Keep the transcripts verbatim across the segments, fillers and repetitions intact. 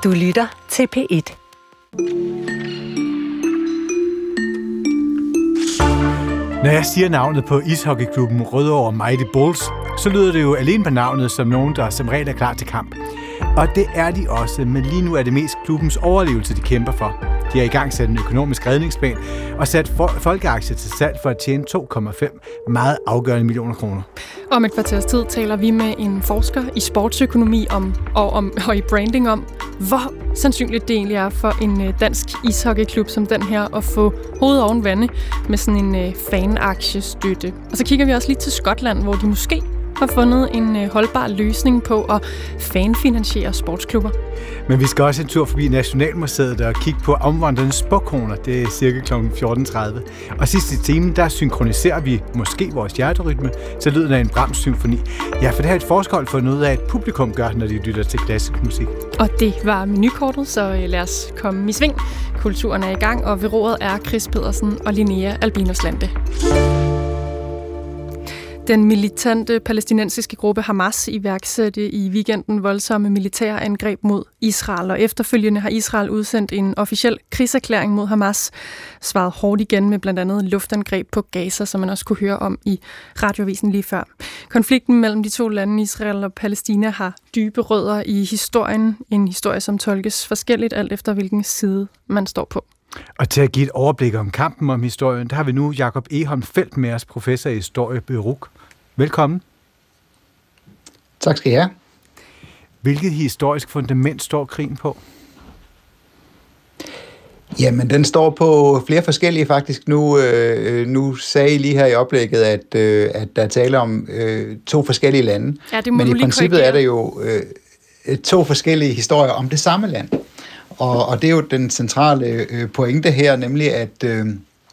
Du lytter til P et. Når jeg siger navnet på ishockeyklubben Rødovre Mighty Bulls, så lyder det jo alene på navnet som nogen, der som regel er klar til kamp. Og det er de også, men lige nu er det mest klubbens overlevelse, de kæmper for. De har i gang sat en økonomisk redningsplan og sat folkeaktier til salg for at tjene to komma fem meget afgørende millioner kroner. Om et kvarters tid taler vi med en forsker i sportsøkonomi om, og, om, og i branding om, hvor sandsynligt det egentlig er for en dansk ishockeyklub som den her at få hovedet oven vande med sådan en fanaktiestøtte. Og så kigger vi også lige til Skotland, hvor de måske har fundet en holdbar løsning på at fanfinansiere sportsklubber. Men vi skal også en tur forbi Nationalmuseet og kigge på omvandrende spåkoner. Det er cirka klokken fjorten tredive. Og sidst i timen, der synkroniserer vi måske vores hjerterytme til lyden af en Brahms-symfoni. Ja, for det har et forskerhold fundet ud af, at publikum gør, når de lytter til klassisk musik. Og det var menukortet, så lad os komme i sving. Kulturen er i gang, og ved roret er Chris Pedersen og Linnea Albinus Lande. Den militante palæstinensiske gruppe Hamas iværksatte i weekenden voldsomme militære angreb mod Israel, og efterfølgende har Israel udsendt en officiel krigserklæring mod Hamas, svaret hårdt igen med blandt andet luftangreb på Gaza, som man også kunne høre om i radiovisen lige før. Konflikten mellem de to lande, Israel og Palæstina, har dybe rødder i historien, en historie, som tolkes forskelligt alt efter hvilken side man står på. Og til at give et overblik om kampen om historien, der har vi nu Jakob Egholm Feldt med os, professor i historie ved R U C. Velkommen. Tak skal I have. Hvilket historisk fundament står krigen på? Jamen, den står på flere forskellige faktisk. Nu, øh, nu sagde I lige her i oplægget, at, øh, at der taler om øh, to forskellige lande. Ja, det må Men du i lige princippet korrigere. er der jo øh, to forskellige historier om det samme land. Og, og det er jo den centrale øh, pointe her, nemlig at øh,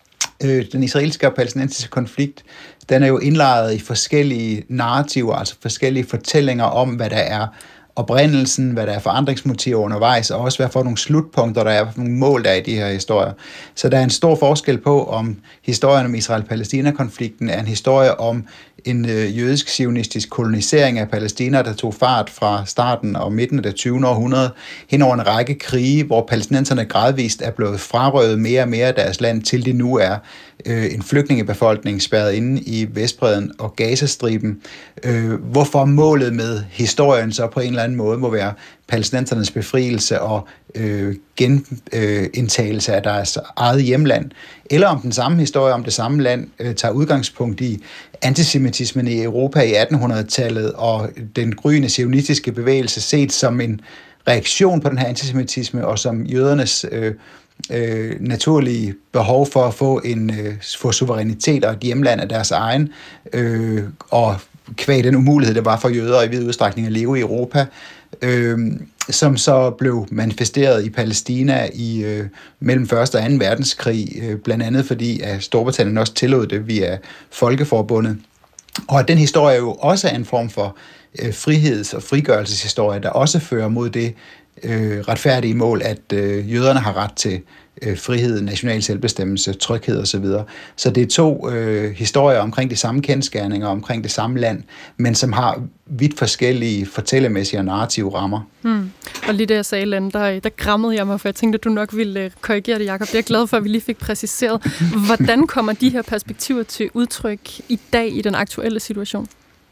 øh, den israelske og palæstinensiske konflikt, den er jo indlejret i forskellige narrativer, altså forskellige fortællinger om, hvad der er oprindelsen, hvad der er forandringsmotiver undervejs, og også hvad for nogle slutpunkter der er, hvad for nogle mål der er i de her historier. Så der er en stor forskel på, om historien om Israel-Palæstina-konflikten er en historie om en øh, jødisk-zionistisk kolonisering af Palæstina, der tog fart fra starten og midten af det tyvende århundrede hen over en række krige, hvor palæstinenserne gradvist er blevet frarøvet mere og mere af deres land, til de nu er øh, en flygtningebefolkning spærret inde i Vestbredden og Gazastriben. Øh, hvorfor målet med historien så på en eller anden måde må være palæstinensernes befrielse og øh, genindtagelse øh, af deres eget hjemland, eller om den samme historie om det samme land øh, tager udgangspunkt i antisemitismen i Europa i attenhundredetallet og den gryende zionistiske bevægelse set som en reaktion på den her antisemitisme og som jødernes øh, øh, naturlige behov for at få en øh, få suverænitet og et hjemland af deres egen, øh, og kvæg den umulighed, det var for jøder i vid udstrækning at leve i Europa, øh, som så blev manifesteret i Palæstina i øh, mellem første og anden verdenskrig, øh, blandt andet fordi at Storbritannien også tillod det via Folkeforbundet. Og at den historie jo også er en form for øh, friheds- og frigørelseshistorie, der også fører mod det øh, retfærdige mål, at øh, jøderne har ret til øh, frihed, national selvbestemmelse, tryghed osv. Så det er to øh, historier omkring de samme kendsgerninger, omkring det samme land, men som har vidt forskellige fortællemæssige og narrative rammer. Hmm. Og lige da jeg sagde land, der, der grammede jeg mig, for jeg tænkte, at du nok ville korrigere det, Jakob. Jeg er glad for, at vi lige fik præciseret. Hvordan kommer de her perspektiver til udtryk i dag i den aktuelle situation?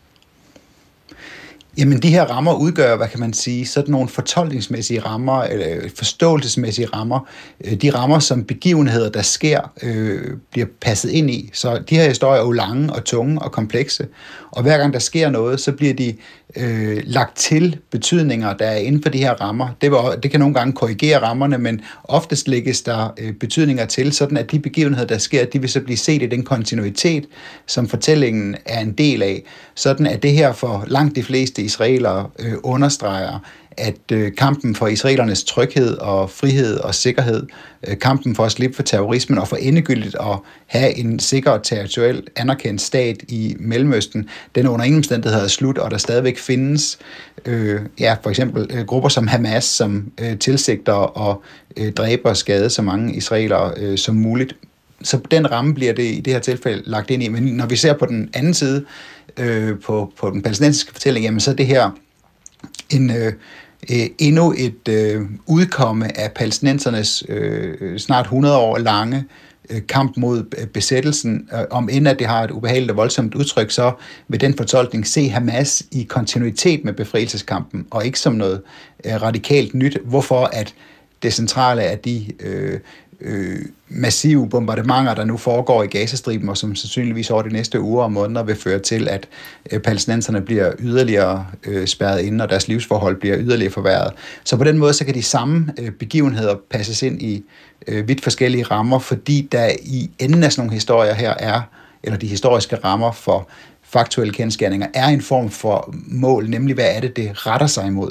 Jamen, de her rammer udgør, hvad kan man sige, sådan nogle fortolkningsmæssige rammer, eller forståelsesmæssige rammer, de rammer, som begivenheder, der sker, øh, bliver passet ind i. Så de her historier er jo lange og tunge og komplekse, og hver gang der sker noget, så bliver de øh, lagt til betydninger, der er inden for de her rammer. Det, var, det kan nogle gange korrigere rammerne, men oftest lægges der øh, betydninger til, sådan at de begivenheder, der sker, de vil så blive set i den kontinuitet, som fortællingen er en del af. Sådan at det her for langt de fleste israelere øh, understreger, at øh, kampen for israelernes tryghed og frihed og sikkerhed, øh, kampen for at slippe for terrorismen og for endegyldigt at have en sikker og territorielt anerkendt stat i Mellemøsten, den er under ingen omstændigheder er slut, og der stadigvæk findes øh, ja, for eksempel øh, grupper som Hamas, som øh, tilsigter at øh, dræbe og skade så mange israelere øh, som muligt. Så den ramme bliver det i det her tilfælde lagt ind i. Men når vi ser på den anden side, øh, på, på den palæstinensiske fortælling, jamen så er det her en, øh, øh, endnu et øh, udkomme af palæstinensernes øh, snart hundrede år lange øh, kamp mod besættelsen. Øh, om end at det har et ubehageligt og voldsomt udtryk, så vil den fortolkning se Hamas i kontinuitet med befrielseskampen, og ikke som noget øh, radikalt nyt. Hvorfor at det centrale af de øh, øh, massive bombardementer, der nu foregår i Gazastriben, og som sandsynligvis over de næste uger og måneder vil føre til, at øh, palæstinenserne bliver yderligere øh, spærret inde, og deres livsforhold bliver yderligere forværret. Så på den måde, så kan de samme øh, begivenheder passes ind i øh, vidt forskellige rammer, fordi der i enden af sådan nogle historier her er, eller de historiske rammer for faktuelle kendsgerninger, er en form for mål, nemlig hvad er det, det retter sig imod.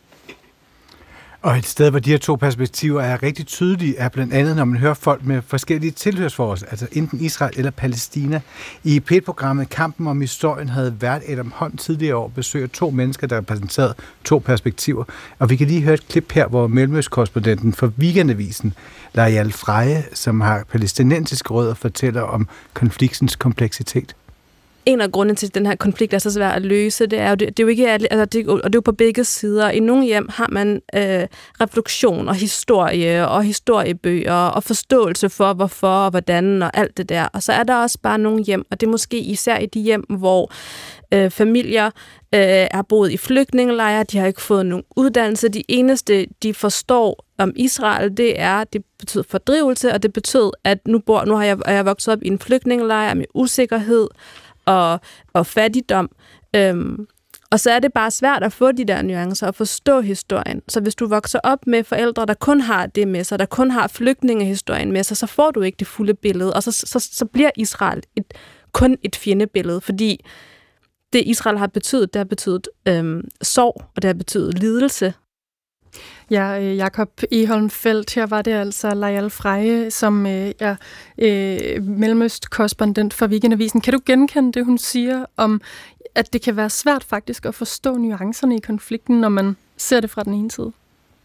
Og et sted, hvor de her to perspektiver er rigtig tydelige, er blandt andet, når man hører folk med forskellige tilhørsforhold, altså enten Israel eller Palæstina. I P et-programmet Kampen om historien havde vært Adam Holm tidligere år besøgt to mennesker, der repræsenterede to perspektiver. Og vi kan lige høre et klip her, hvor Mellemøstkorrespondenten for Weekendavisen, Layal Freje, som har palæstinensiske rødder, fortæller om konfliktens kompleksitet. En af grundene til, at den her konflikt er så svær at løse, det er jo, det, det er jo ikke, altså det, og det er jo på begge sider. I nogle hjem har man øh, refleksion og historie og historiebøger og forståelse for, hvorfor og hvordan og alt det der. Og så er der også bare nogle hjem, og det er måske især i de hjem, hvor øh, familier øh, er boet i flygtningelejre, de har ikke fået nogen uddannelse. De eneste, de forstår om Israel, det er, det betyder fordrivelse, og det betyder, at nu, bor, nu har jeg, er jeg vokset op i en flygtningelejre med usikkerhed, Og, og fattigdom. Øhm, og så er det bare svært at få de der nuancer og forstå historien. Så hvis du vokser op med forældre, der kun har det med sig, der kun har flygtningehistorien med sig, så får du ikke det fulde billede. Og så, så, så bliver Israel et, kun et fjendebillede, fordi det Israel har betydet, det har betydet øhm, sorg, og det har betydet lidelse. Ja, Jakob Egholm Feldt, her var det altså Layal Freje, som øh, er øh, mellemøstkorrespondent for Weekendavisen. Kan du genkende det, hun siger om, at det kan være svært faktisk at forstå nuancerne i konflikten, når man ser det fra den ene side?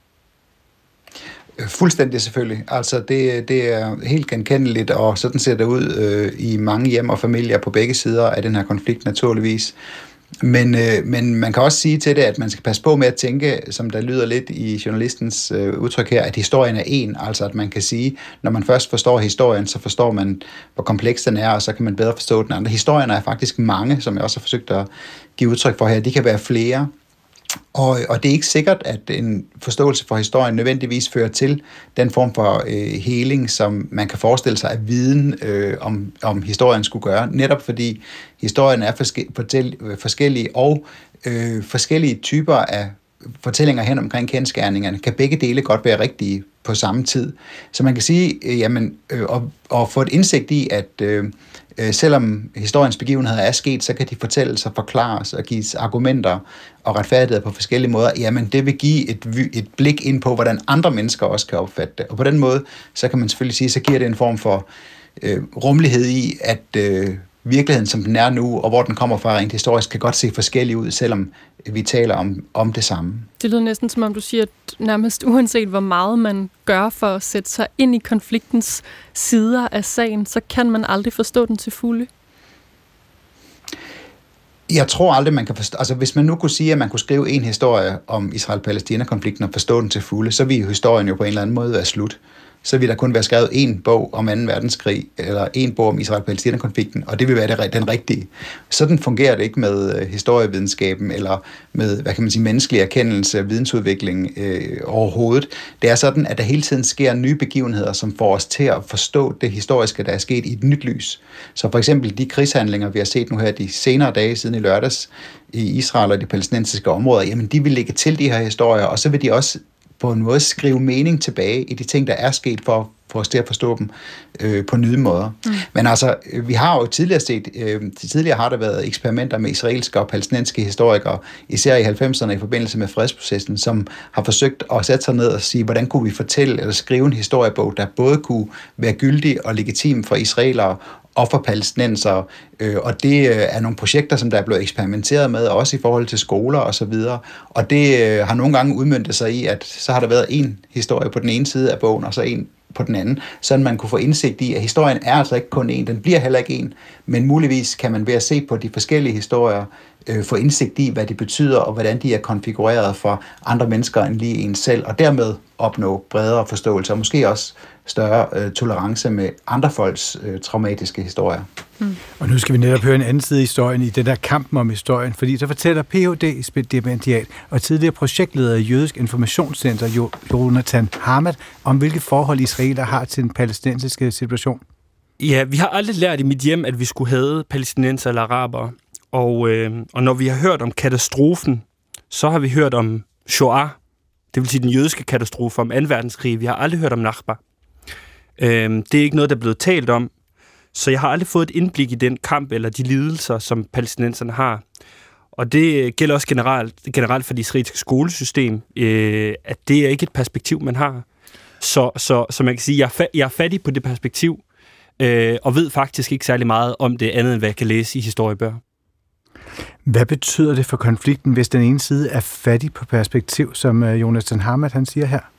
Fuldstændig selvfølgelig. Altså det, det er helt genkendeligt, og sådan ser det ud øh, i mange hjem og familier på begge sider af den her konflikt naturligvis. Men, øh, men man kan også sige til det, at man skal passe på med at tænke, som der lyder lidt i journalistens øh, udtryk her, at historien er en. Altså at man kan sige, når man først forstår historien, så forstår man, hvor kompleks den er, og så kan man bedre forstå den andre. Historierne er faktisk mange, som jeg også har forsøgt at give udtryk for her. De kan være flere. Og, og det er ikke sikkert, at en forståelse for historien nødvendigvis fører til den form for øh, heling, som man kan forestille sig, at viden øh, om, om historien skulle gøre. Netop fordi historien er forske- fortæl- forskellige, og øh, forskellige typer af fortællinger hen omkring kendsgerningerne, kan begge dele godt være rigtige på samme tid. Så man kan sige, øh, jamen, øh, og, og få et indsigt i, at øh, øh, selvom historiens begivenheder er sket, så kan de fortælles og forklares og gives argumenter og retfærdigheder på forskellige måder. Jamen, det vil give et, et blik ind på, hvordan andre mennesker også kan opfatte det. Og på den måde, så kan man selvfølgelig sige, så giver det en form for øh, rummelighed i, at øh, virkeligheden, som den er nu, og hvor den kommer fra rent historisk, kan godt se forskellig ud, selvom vi taler om, om det samme. Det lyder næsten som om, du siger, at nærmest uanset hvor meget man gør for at sætte sig ind i konfliktens sider af sagen, så kan man aldrig forstå den til fulde. Jeg tror aldrig, man kan forstå... Altså, hvis man nu kunne sige, at man kunne skrive en historie om Israel-Palæstina-konflikten og forstå den til fulde, så ville historien jo på en eller anden måde være slut. Så vil der kun være skrevet en bog om anden verdenskrig, eller en bog om Israel-Palæstina-konflikten, og det vil være den rigtige. Sådan fungerer det ikke med historievidenskaben, eller med, hvad kan man sige, menneskelig erkendelse og vidensudvikling øh, overhovedet. Det er sådan, at der hele tiden sker nye begivenheder, som får os til at forstå det historiske, der er sket i et nyt lys. Så for eksempel de krigshandlinger, vi har set nu her de senere dage siden i lørdags i Israel og de palæstinensiske områder, jamen de vil lægge til de her historier, og så vil de også på en måde skrive mening tilbage i de ting, der er sket, for, for os til at forstå dem øh, på nye måder. Mm. Men altså, vi har jo tidligere set, øh, tidligere har der været eksperimenter med israelske og palæstinensiske historikere, især i halvfemserne i forbindelse med fredsprocessen, som har forsøgt at sætte sig ned og sige, hvordan kunne vi fortælle eller skrive en historiebog, der både kunne være gyldig og legitim for israelere og for palæstinensere, øh, og det øh, er nogle projekter, som der er blevet eksperimenteret med, også i forhold til skoler og så videre, og det øh, har nogle gange udmøntet sig i, at så har der været en historie på den ene side af bogen, og så en på den anden, så man kunne få indsigt i, at historien er altså ikke kun en, den bliver heller ikke en, men muligvis kan man ved at se på de forskellige historier, øh, få indsigt i, hvad det betyder, og hvordan de er konfigureret for andre mennesker end lige en selv, og dermed opnå bredere forståelse, og måske også større øh, tolerance med andre folks øh, traumatiske historier. Mm. Og nu skal vi netop høre en anden side af historien i den der kampen om historien, fordi så fortæller P H D-stipendiat og tidligere projektleder i Jødisk Informationscenter Jonathan Hamad om, hvilke forhold israeler har til den palæstinensiske situation. Ja, vi har aldrig lært i mit hjem, at vi skulle have palæstinenser eller arabere. Og, øh, og når vi har hørt om katastrofen, så har vi hørt om Shoah, det vil sige den jødiske katastrofe om anden verdenskrig. Vi har aldrig hørt om Nakba. Øh, det er ikke noget, der er blevet talt om. Så jeg har aldrig fået et indblik i den kamp eller de lidelser, som palæstinenserne har. Og det gælder også generelt, generelt for det israelske skolesystem, øh, at det er ikke et perspektiv, man har. Så, så, så man kan sige, at jeg, jeg er fattig på det perspektiv, øh, og ved faktisk ikke særlig meget om det andet, end hvad jeg kan læse i historiebøger. Hvad betyder det for konflikten, hvis den ene side er fattig på perspektiv, som Jonathan Hamad han siger her?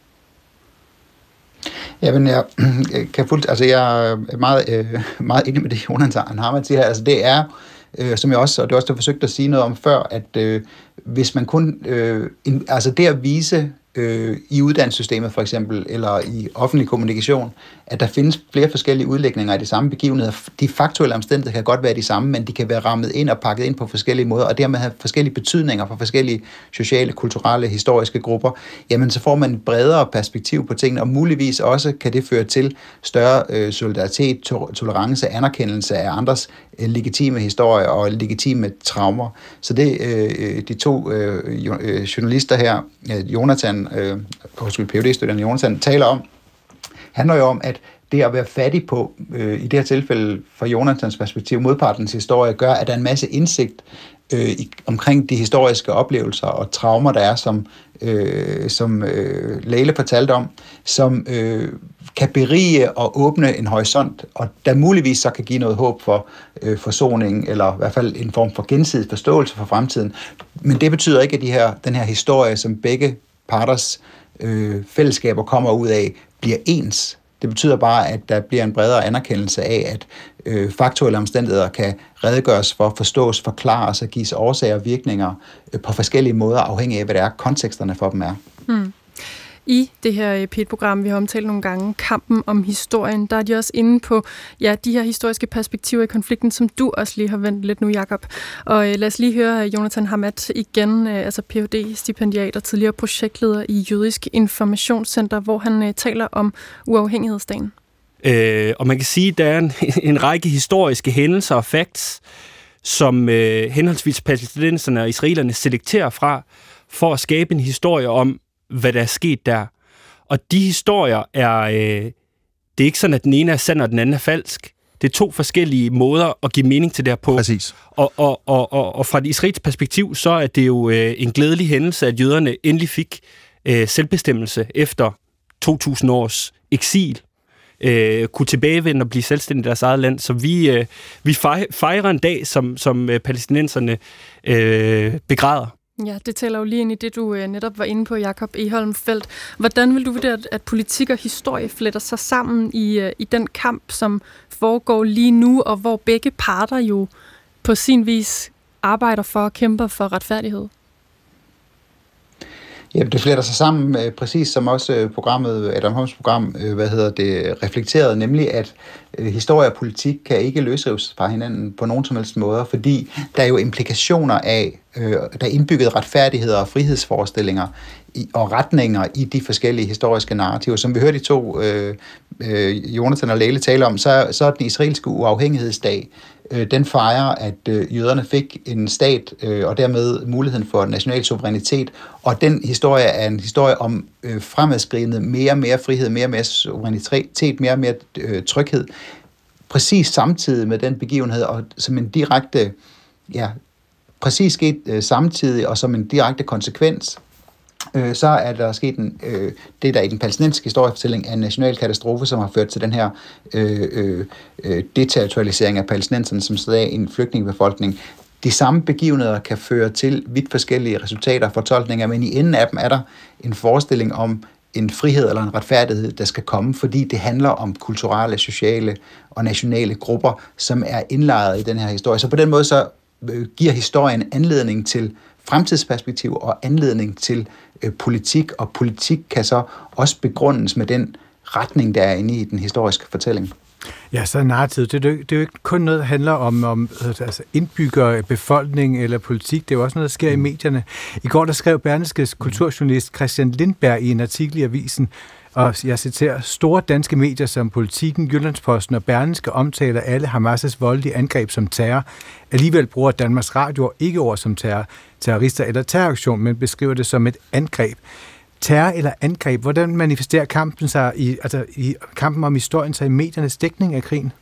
Jamen, jeg kan fuldt, altså jeg er meget, øh, meget enig med det, Jonathan Hamad siger her. Altså det er, øh, som jeg også, og det er også der forsøgte at sige noget om før, at øh, hvis man kun, øh, in, altså det at vise øh, i uddannelsessystemet for eksempel, eller i offentlig kommunikation, at der findes flere forskellige udlægninger af de samme begivenheder. De faktuelle omstændigheder kan godt være de samme, men de kan være rammet ind og pakket ind på forskellige måder, og dermed have forskellige betydninger for forskellige sociale, kulturelle, historiske grupper. Jamen, så får man et bredere perspektiv på tingene, og muligvis også kan det føre til større øh, solidaritet, to- tolerance, anerkendelse af andres øh, legitime historier og legitime traumer. Så det øh, de to øh, journalister her, Jonathan, øh, P H D-studerende Jonathan, taler om, handler jo om, at det at være fattig på, øh, i det her tilfælde fra Jonathans perspektiv, modpartens historie, gør, at der er en masse indsigt øh, i, omkring de historiske oplevelser og traumer, der er, som, øh, som øh, Leila fortalte om, som øh, kan berige og åbne en horisont, og der muligvis så kan give noget håb for øh, forsoning, eller i hvert fald en form for gensidig forståelse for fremtiden. Men det betyder ikke, at de her, den her historie, som begge parters øh, fællesskaber kommer ud af, bliver ens. Det betyder bare, at der bliver en bredere anerkendelse af, at øh, faktuelle omstændigheder kan redegøres for, forstås, forklares og gives årsager og virkninger øh, på forskellige måder, afhængig af, hvad det er, konteksterne for dem er. Hmm. I det her P et-program, vi har omtalt nogle gange, Kampen om historien, der er de også inde på ja, de her historiske perspektiver i konflikten, som du også lige har vendt lidt nu, Jakob. Og øh, lad os lige høre Jonathan Hamad igen, øh, altså P H D-stipendiat og tidligere projektleder i Jødisk Informationscenter, hvor han øh, taler om uafhængighedsdagen. Øh, og man kan sige, at der er en, en række historiske hændelser og facts, som øh, henholdsvis palæstinenserne og israelerne selekterer fra, for at skabe en historie om, hvad der er sket der. Og de historier er, øh, det er ikke sådan, at den ene er sand, og den anden er falsk. Det er to forskellige måder at give mening til det her på. Præcis. Og, og, og, og, og fra et israelsk perspektiv, så er det jo øh, en glædelig hændelse, at jøderne endelig fik øh, selvbestemmelse efter to tusind års eksil. Øh, kunne tilbagevende og blive selvstændige i deres eget land. Så vi, øh, vi fejrer en dag, som, som øh, palæstinenserne øh, begræder. Ja, det tæller jo lige ind i det, du øh, netop var inde på, Jakob Egholm Feldt. Hvordan vil du vurdere, at politik og historie fletter sig sammen i, øh, i den kamp, som foregår lige nu, og hvor begge parter jo på sin vis arbejder for og kæmper for retfærdighed? Ja, det fletter sig sammen, øh, præcis som også øh, programmet, Adam Holms program, øh, hvad hedder det, reflekterede, nemlig at øh, historie og politik kan ikke løsrives fra hinanden på nogen som helst måder, fordi der er jo implikationer af, øh, der er indbygget retfærdigheder og frihedsforestillinger i, og retninger i de forskellige historiske narrativer. Som vi hørte de to, øh, øh, Jonathan og Leila, tale om, så, så er den israelske uafhængighedsdag, den fejrer, at øh, jøderne fik en stat, øh, og dermed muligheden for national suverænitet, og den historie er en historie om øh, fremadskridende mere og mere frihed, mere og mere suverænitet, mere og mere øh, tryghed, præcis samtidig med den begivenhed, og som en direkte, ja, præcis sket øh, samtidig, og som en direkte konsekvens, øh, så er der sket en, øh, det, der i den palæstinensiske historiefortælling er en national katastrofe, som har ført til den her øh, øh, deterritorialisering af palæstinenserne, som stadig er en flygtningebefolkning. De samme begivenheder kan føre til vidt forskellige resultater og fortolkninger, men i enden af dem er der en forestilling om en frihed eller en retfærdighed, der skal komme, fordi det handler om kulturelle, sociale og nationale grupper, som er indlejret i den her historie. Så på den måde så øh, giver historien anledning til fremtidsperspektiv og anledning til øh, politik, og politik kan så også begrundes med den retning, der er inde i den historiske fortælling. Ja, så narrativet, det er jo, det er jo ikke kun noget, der handler om, om altså indbygger, befolkning eller politik. Det er jo også noget, der sker i medierne. I går der skrev Berlingskes kulturjournalist Christian Lindberg i en artikel i avisen, og jeg citerer, store danske medier som Politiken, Jyllandsposten og Berlingske omtaler alle Hamas' voldelige angreb som terror. Alligevel bruger Danmarks Radio ikke ord som terror, terrorister eller terroraktion, men beskriver det som et angreb. Terror eller angreb, hvordan manifesterer kampen sig i, altså i kampen om historien sig i mediernes dækning af krigen?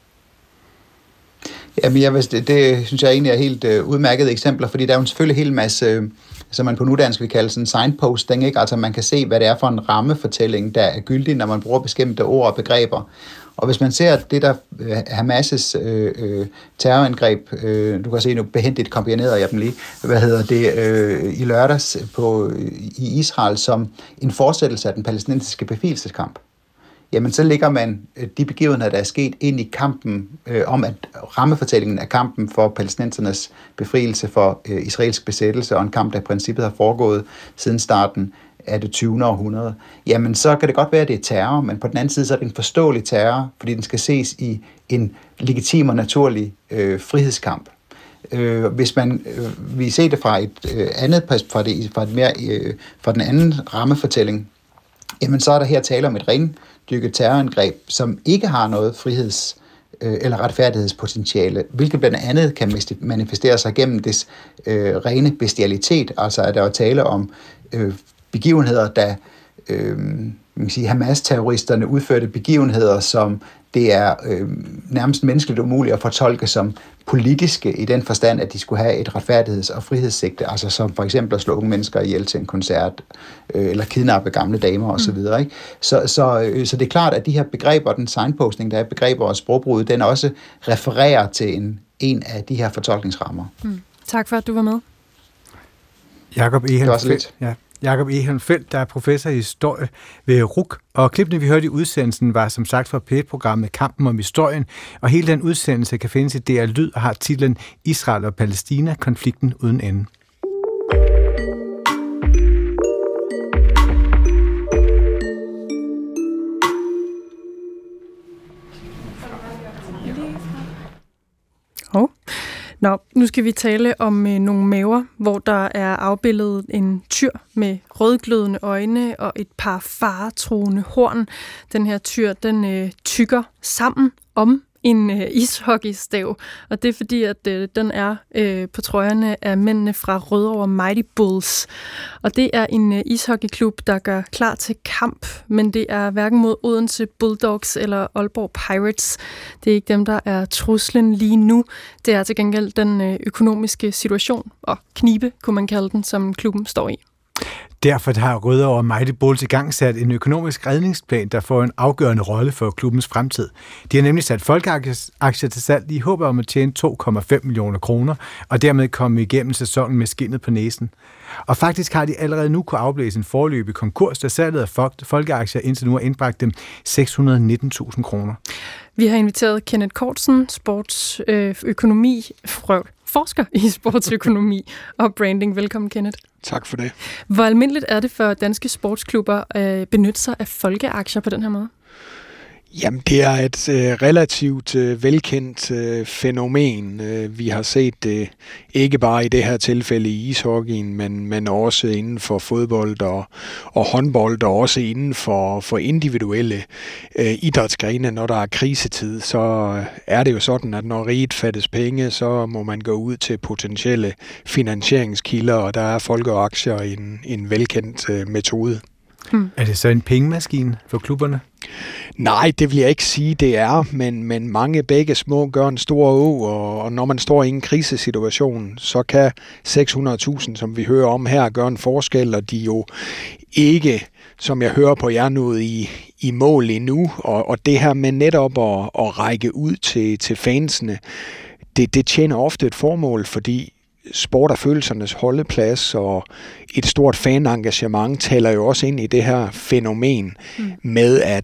Jamen, jeg vil, det, det synes jeg egentlig er helt uh, udmærkede eksempler, fordi der er jo selvfølgelig en hel masse, uh, som man på nudansk vil kalde sådan signposting, ikke? Altså man kan se, hvad det er for en rammefortælling, der er gyldig, når man bruger bestemte ord og begreber. Og hvis man ser det der uh, Hamas' uh, uh, terrorangreb, uh, du kan se nu behendigt kombineret jeg dem lige, hvad hedder det, uh, i lørdags på, uh, i Israel som en fortsættelse af den palæstinensiske befrielseskamp, jamen så lægger man de begivenheder, der er sket, ind i kampen øh, om, at rammefortællingen af kampen for palæstinensernes befrielse for øh, israelsk besættelse, og en kamp, der i princippet har foregået siden starten af det tyvende århundrede, jamen så kan det godt være, at det er terror, men på den anden side, så er det en forståelig terror, fordi den skal ses i en legitim og naturlig øh, frihedskamp. Øh, hvis man øh, vi ser det fra et øh, andet fra det fra et mere øh, fra den anden rammefortælling, jamen så er der her tale om et rendyrket terrorangreb, som ikke har noget friheds- eller retfærdighedspotentiale, hvilket blandt andet kan manifestere sig gennem des øh, rene bestialitet, altså at der er tale om øh, begivenheder, der øh, man kan sige, Hamas-terroristerne udførte begivenheder, som det er øh, nærmest menneskeligt umuligt at fortolke som politiske, i den forstand, at de skulle have et retfærdigheds- og frihedssigte, altså som for eksempel at slå unge mennesker ihjel til en koncert, øh, eller kidnappe gamle damer osv. Mm. Ikke? Så, så, øh, så det er klart, at de her begreber, den signposting, der er begreber og sprogbrud, den også refererer til en, en af de her fortolkningsrammer. Mm. Tak for, at du var med. Jakob Ehelm-Feldt, ja. Jakob Ehelm-Feldt, der er professor i historie ved R U C, og klippene, vi hørte i udsendelsen, var som sagt fra P et-programmet Kampen om historien, og hele den udsendelse kan findes i D R Lyd og har titlen Israel og Palæstina, konflikten uden ende. Oh. Nå, nu skal vi tale om øh, nogle maver, hvor der er afbildet en tyr med rødglødende øjne og et par faretruende horn. Den her tyr, den øh, tykker sammen om en øh, ishockeystav, og det er fordi, at øh, den er øh, på trøjerne af mændene fra Rødovre Mighty Bulls. Og det er en øh, ishockeyklub, der gør klar til kamp, men det er hverken mod Odense Bulldogs eller Aalborg Pirates. Det er ikke dem, der er truslen lige nu. Det er til gengæld den øh, økonomiske situation, og knibe, kunne man kalde den, som klubben står i. Derfor har Rødovre Mighty Bulls i gang sat en økonomisk redningsplan, der får en afgørende rolle for klubbens fremtid. De har nemlig sat folkeaktier til salg i håb om at tjene to komma fem millioner kroner, og dermed komme igennem sæsonen med skindet på næsen. Og faktisk har de allerede nu kunne afblæse en foreløbig konkurs, der salget af folkeaktier indtil nu har indbragt dem seks hundrede og nitten tusind kroner. Vi har inviteret Kenneth Kortsen, sportsøkonomi, øh, forsker i sportsøkonomi og branding. Velkommen, Kenneth. Tak for det. Hvor almindeligt er det for danske sportsklubber at benytte sig af folkeaktier på den her måde? Jamen, det er et øh, relativt øh, velkendt øh, fænomen. Øh, vi har set det øh, ikke bare i det her tilfælde i ishockeyen, men, men også inden for fodbold og, og håndbold, og også inden for, for individuelle øh, idrætsgrene. Når der er krisetid, så øh, er det jo sådan, at når riget fattes penge, så må man gå ud til potentielle finansieringskilder, og der er folkeaktier en, en velkendt øh, metode. Hmm. Er det så en pengemaskine for klubberne? Nej, det vil jeg ikke sige, det er, men, men mange begge små gør en stor å, og, og når man står i en krisesituation, så kan seks hundrede tusind, som vi hører om her, gøre en forskel, og de jo ikke, som jeg hører på jer, noget i, i mål endnu, og, og det her med netop at, at række ud til, til fansene, det, det tjener ofte et formål, fordi sport er følelsernes holdeplads, og et stort fanengagement taler jo også ind i det her fænomen mm. med, at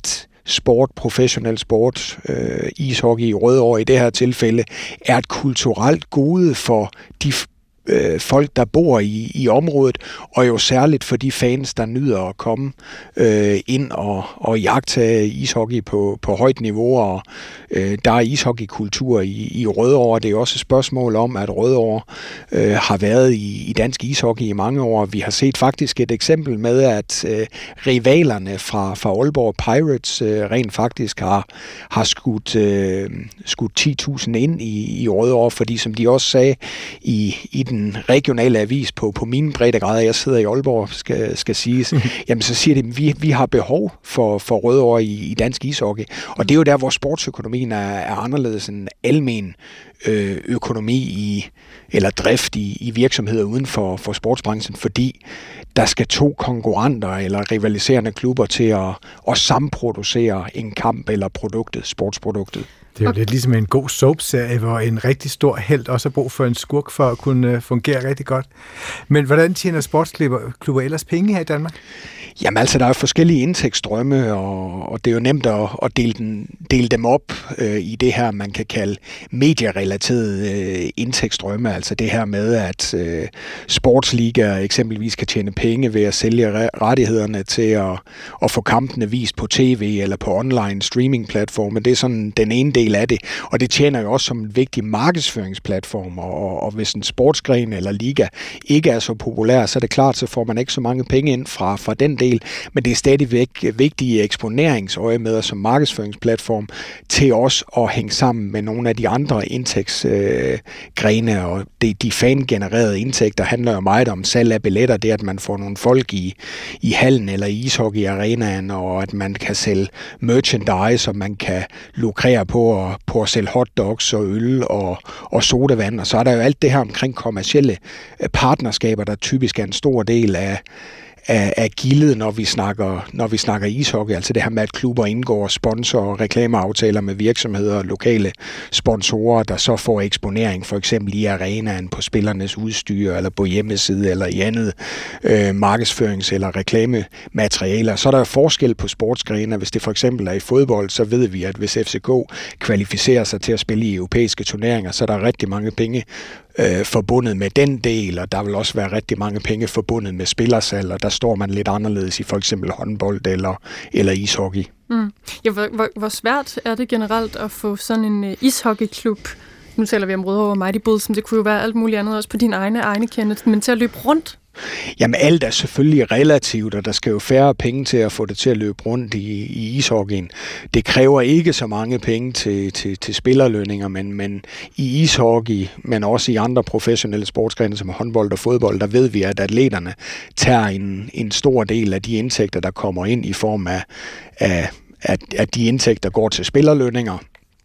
sport, professionel sport, øh, ishockey i Rødovre i det her tilfælde, er et kulturelt gode for de øh, folk, der bor i, i området, og jo særligt for de fans, der nyder at komme øh, ind og, og jagtage ishockey på, på højt niveau, og øh, der er ishockeykultur i, i Rødovre. Det er også et spørgsmål om, at Rødovre øh, har været i, i dansk ishockey i mange år. Vi har set faktisk et eksempel med, at øh, rivalerne fra, fra Aalborg Pirates øh, rent faktisk har, har skudt, øh, skudt ti tusind ind i, i Rødovre, fordi som de også sagde i, i den regionale avis på, på mine breddegrader, jeg sidder i Aalborg, skal, skal siges, mm. jamen så siger de, at vi, vi har behov for, for Rødovre i, i dansk ishockey. Og det er jo der, hvor sportsøkonomien er, er anderledes end almen øh, økonomi i, eller drift i, i virksomheder uden for, for sportsbranchen, fordi der skal to konkurrenter eller rivaliserende klubber til at, at samproducere en kamp eller produktet, sportsproduktet. Det er jo okay. lidt ligesom en god soap-serie, hvor en rigtig stor helt også har brug for en skurk for at kunne fungere rigtig godt. Men hvordan tjener sportsklubber ellers penge her i Danmark? Jamen altså, der er jo forskellige indtægtsstrømme, og, og det er jo nemt at, at dele, den, dele dem op øh, i det her, man kan kalde medierelaterede øh, indtægtsstrømme. Altså det her med, at øh, sportsligaer eksempelvis kan tjene penge ved at sælge rettighederne til at, at få kampene vist på tv eller på online streamingplatforme. Det er sådan den ene del af det, og det tjener jo også som en vigtig markedsføringsplatform, og, og hvis en sportsgren eller liga ikke er så populær, så er det klart, så får man ikke så mange penge ind fra, fra den del, men det er stadigvæk vigtige eksponeringsøje med som markedsføringsplatform til også at hænge sammen med nogle af de andre indtægtsgrene, øh, og det, de fan-genererede indtægter handler jo meget om salg af billetter, det at man får nogle folk i, i hallen eller i ishockey-arenaen, og at man kan sælge merchandise, som man kan lukrere på at, på at sælge hotdogs og øl og, og sodavand, og så er der jo alt det her omkring kommercielle partnerskaber, der typisk er en stor del af af, af gildet, når vi snakker når vi snakker ishockey, altså det her med, at klubber indgår sponsor- og reklameaftaler med virksomheder og lokale sponsorer, der så får eksponering, for eksempel i arenaen, på spillernes udstyr, eller på hjemmeside, eller i andet øh, markedsførings- eller reklamematerialer. Så er der jo forskel på sportsgrene. Hvis det for eksempel er i fodbold, så ved vi, at hvis F C K kvalificerer sig til at spille i europæiske turneringer, så er der rigtig mange penge øh, forbundet med den del, og der vil også være rigtig mange penge forbundet med spillersalg, og der står man lidt anderledes i for eksempel håndbold eller, eller ishockey. Mm. Ja, hvor, hvor, hvor svært er det generelt at få sådan en uh, ishockeyklub, nu taler vi om Rødovre Mighty Bulls, som det kunne jo være alt muligt andet også på dine egne egne Kenneth, men til at løbe rundt? Jamen alt er selvfølgelig relativt, og der skal jo færre penge til at få det til at løbe rundt i, i ishockeyen. Det kræver ikke så mange penge til, til, til spillerlønninger, men, men i ishockey, men også i andre professionelle sportsgrene som håndbold og fodbold, der ved vi, at atleterne tager en, en stor del af de indtægter, der kommer ind i form af, af, af, af de indtægter, der går til spillerlønninger.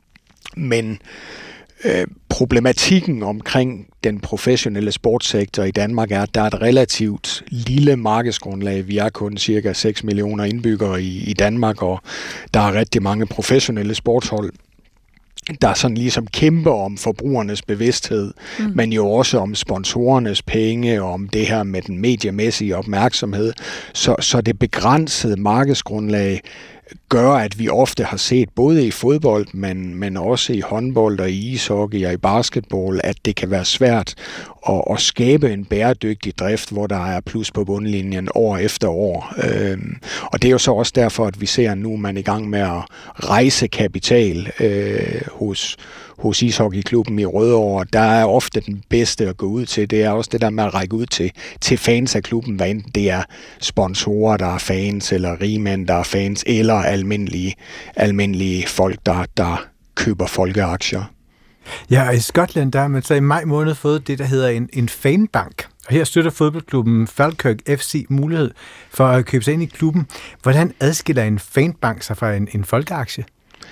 Men Øh, problematikken omkring den professionelle sportssektor i Danmark er, at der er et relativt lille markedsgrundlag. Vi er kun cirka seks millioner indbyggere i, i Danmark, og der er rigtig mange professionelle sportshold, der sådan ligesom kæmper om forbrugernes bevidsthed, mm. men jo også om sponsorernes penge, og om det her med den mediemæssige opmærksomhed. Så, så det begrænsede markedsgrundlag gør, at vi ofte har set, både i fodbold, men, men også i håndbold og i ishockey og i basketball, at det kan være svært at, at skabe en bæredygtig drift, hvor der er plus på bundlinjen år efter år. Øhm, og det er jo så også derfor, at vi ser nu, man er i gang med at rejse kapital øh, hos hos ishockeyklubben i Rødovre. Der er ofte den bedste at gå ud til. Det er også det der med at række ud til, til fans af klubben, hvad enten det er sponsorer, der er fans, eller rigmænd, der er fans, eller almindelige, almindelige folk, der, der køber folkeaktier. Ja, og i Skotland, der har man så i maj måned fået det, der hedder en, en fanbank. Og her støtter fodboldklubben Falkirk F C mulighed for at købe sig ind i klubben. Hvordan adskiller en fanbank sig fra en, en folkeaktie?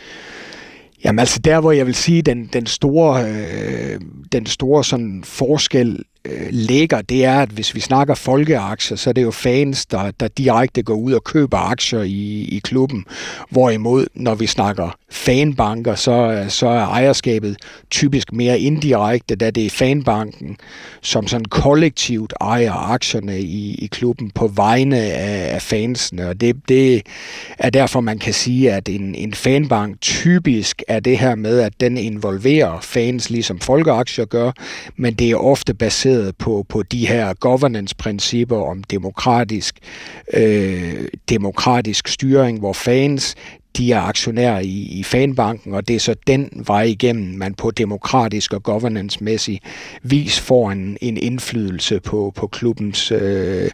Jamen altså der, hvor jeg vil sige, den, den store, øh, den store sådan forskel øh, ligger, det er, at hvis vi snakker folkeaktier, så er det jo fans, der, der direkte går ud og køber aktier i, i klubben. Hvorimod, når vi snakker fanbanker, så, så er ejerskabet typisk mere indirekte, da det er fanbanken, som sådan kollektivt ejer aktierne i, i klubben på vegne af, af fansene. Og det, det er derfor, man kan sige, at en, en fanbank typisk er det her med, at den involverer fans, ligesom folkeaktier gør, men det er ofte baseret på, på de her governance-principper om demokratisk, øh, demokratisk styring, hvor fans de er aktionærer i, i fanbanken, og det er så den vej igennem, man på demokratisk og governance-mæssig vis får en, en indflydelse på, på klubbens øh,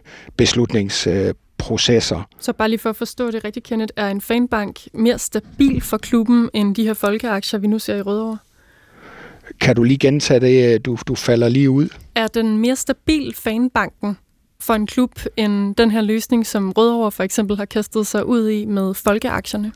beslutningsprocesser. Øh, så bare lige for at forstå det rigtigt, Kenneth, er en fanbank mere stabil for klubben end de her folkeaktier, vi nu ser i Rødovre? Kan du lige gentage det? Du, du falder lige ud. Er den mere stabil, fanbanken, for en klub end den her løsning, som Rødovre for eksempel har kastet sig ud i med folkeaktierne?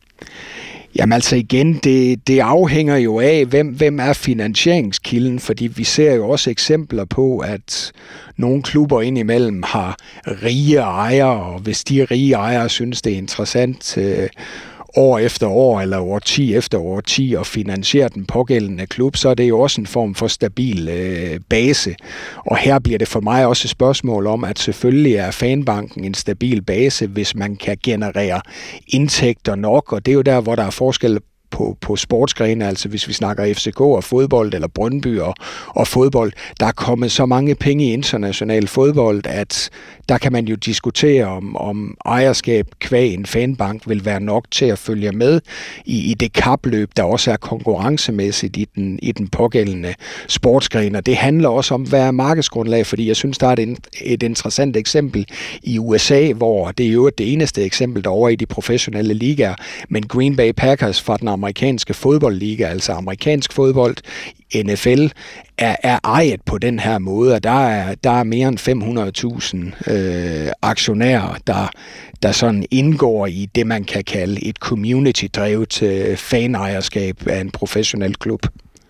Jamen altså igen, det, det afhænger jo af, hvem, hvem er finansieringskilden, fordi vi ser jo også eksempler på, at nogle klubber indimellem har rige ejere, og hvis de rige ejere synes, det er interessant øh, år efter år, eller årti efter årti, og finansiere den pågældende klub, så er det jo også en form for stabil øh, base. Og her bliver det for mig også et spørgsmål om, at selvfølgelig er fanbanken en stabil base, hvis man kan generere indtægter nok, og det er jo der, hvor der er forskel på, på sportsgrene, altså hvis vi snakker F C K og fodbold, eller Brøndby og, og fodbold, der er kommet så mange penge i international fodbold, at der kan man jo diskutere, om, om ejerskab kvæg en fanbank vil være nok til at følge med i, i det kapløb, der også er konkurrencemæssigt i den, i den pågældende sportsgren. Og det handler også om, hvad er markedsgrundlag, fordi jeg synes, der er et, et interessant eksempel i U S A, hvor det er jo det eneste eksempel derovre i de professionelle ligaer, men Green Bay Packers fra den amerikanske fodboldliga, altså amerikansk fodbold, N F L, er, er ejet på den her måde, og der er, der er mere end fem hundrede tusind øh, aktionærer, der, der sådan indgår i det, man kan kalde et community-drevet øh, fanejerskab af en professionel klub.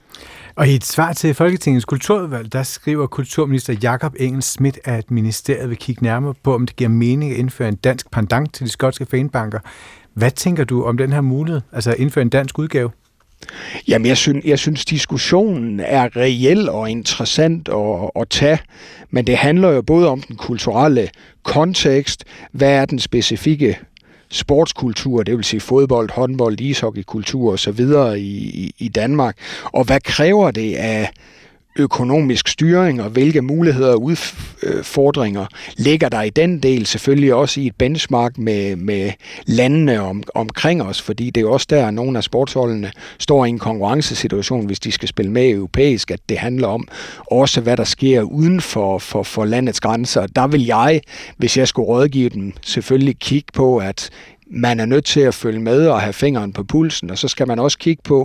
Og i et svar til Folketingets kulturudvalg, der skriver kulturminister Jakob Engel-Schmidt, at ministeriet vil kigge nærmere på, om det giver mening at indføre en dansk pendant til de skotske fanbanker. Hvad tænker du om den her mulighed, altså at indføre en dansk udgave? Jamen, jeg synes, jeg synes diskussionen er reel og interessant at, at tage, men det handler jo både om den kulturelle kontekst, hvad er den specifikke sportskultur, det vil sige fodbold, håndbold, ishockeykultur osv. I, i, i Danmark, og hvad kræver det af økonomisk styring, og hvilke muligheder og udfordringer ligger der i den del, selvfølgelig også i et benchmark med, med landene om, omkring os, fordi det er også der, at nogle af sportsholdene står i en konkurrencesituation, hvis de skal spille med europæisk, at det handler om også, hvad der sker uden for, for, for landets grænser. Der vil jeg, hvis jeg skulle rådgive dem, selvfølgelig kigge på, at man er nødt til at følge med og have fingeren på pulsen, og så skal man også kigge på,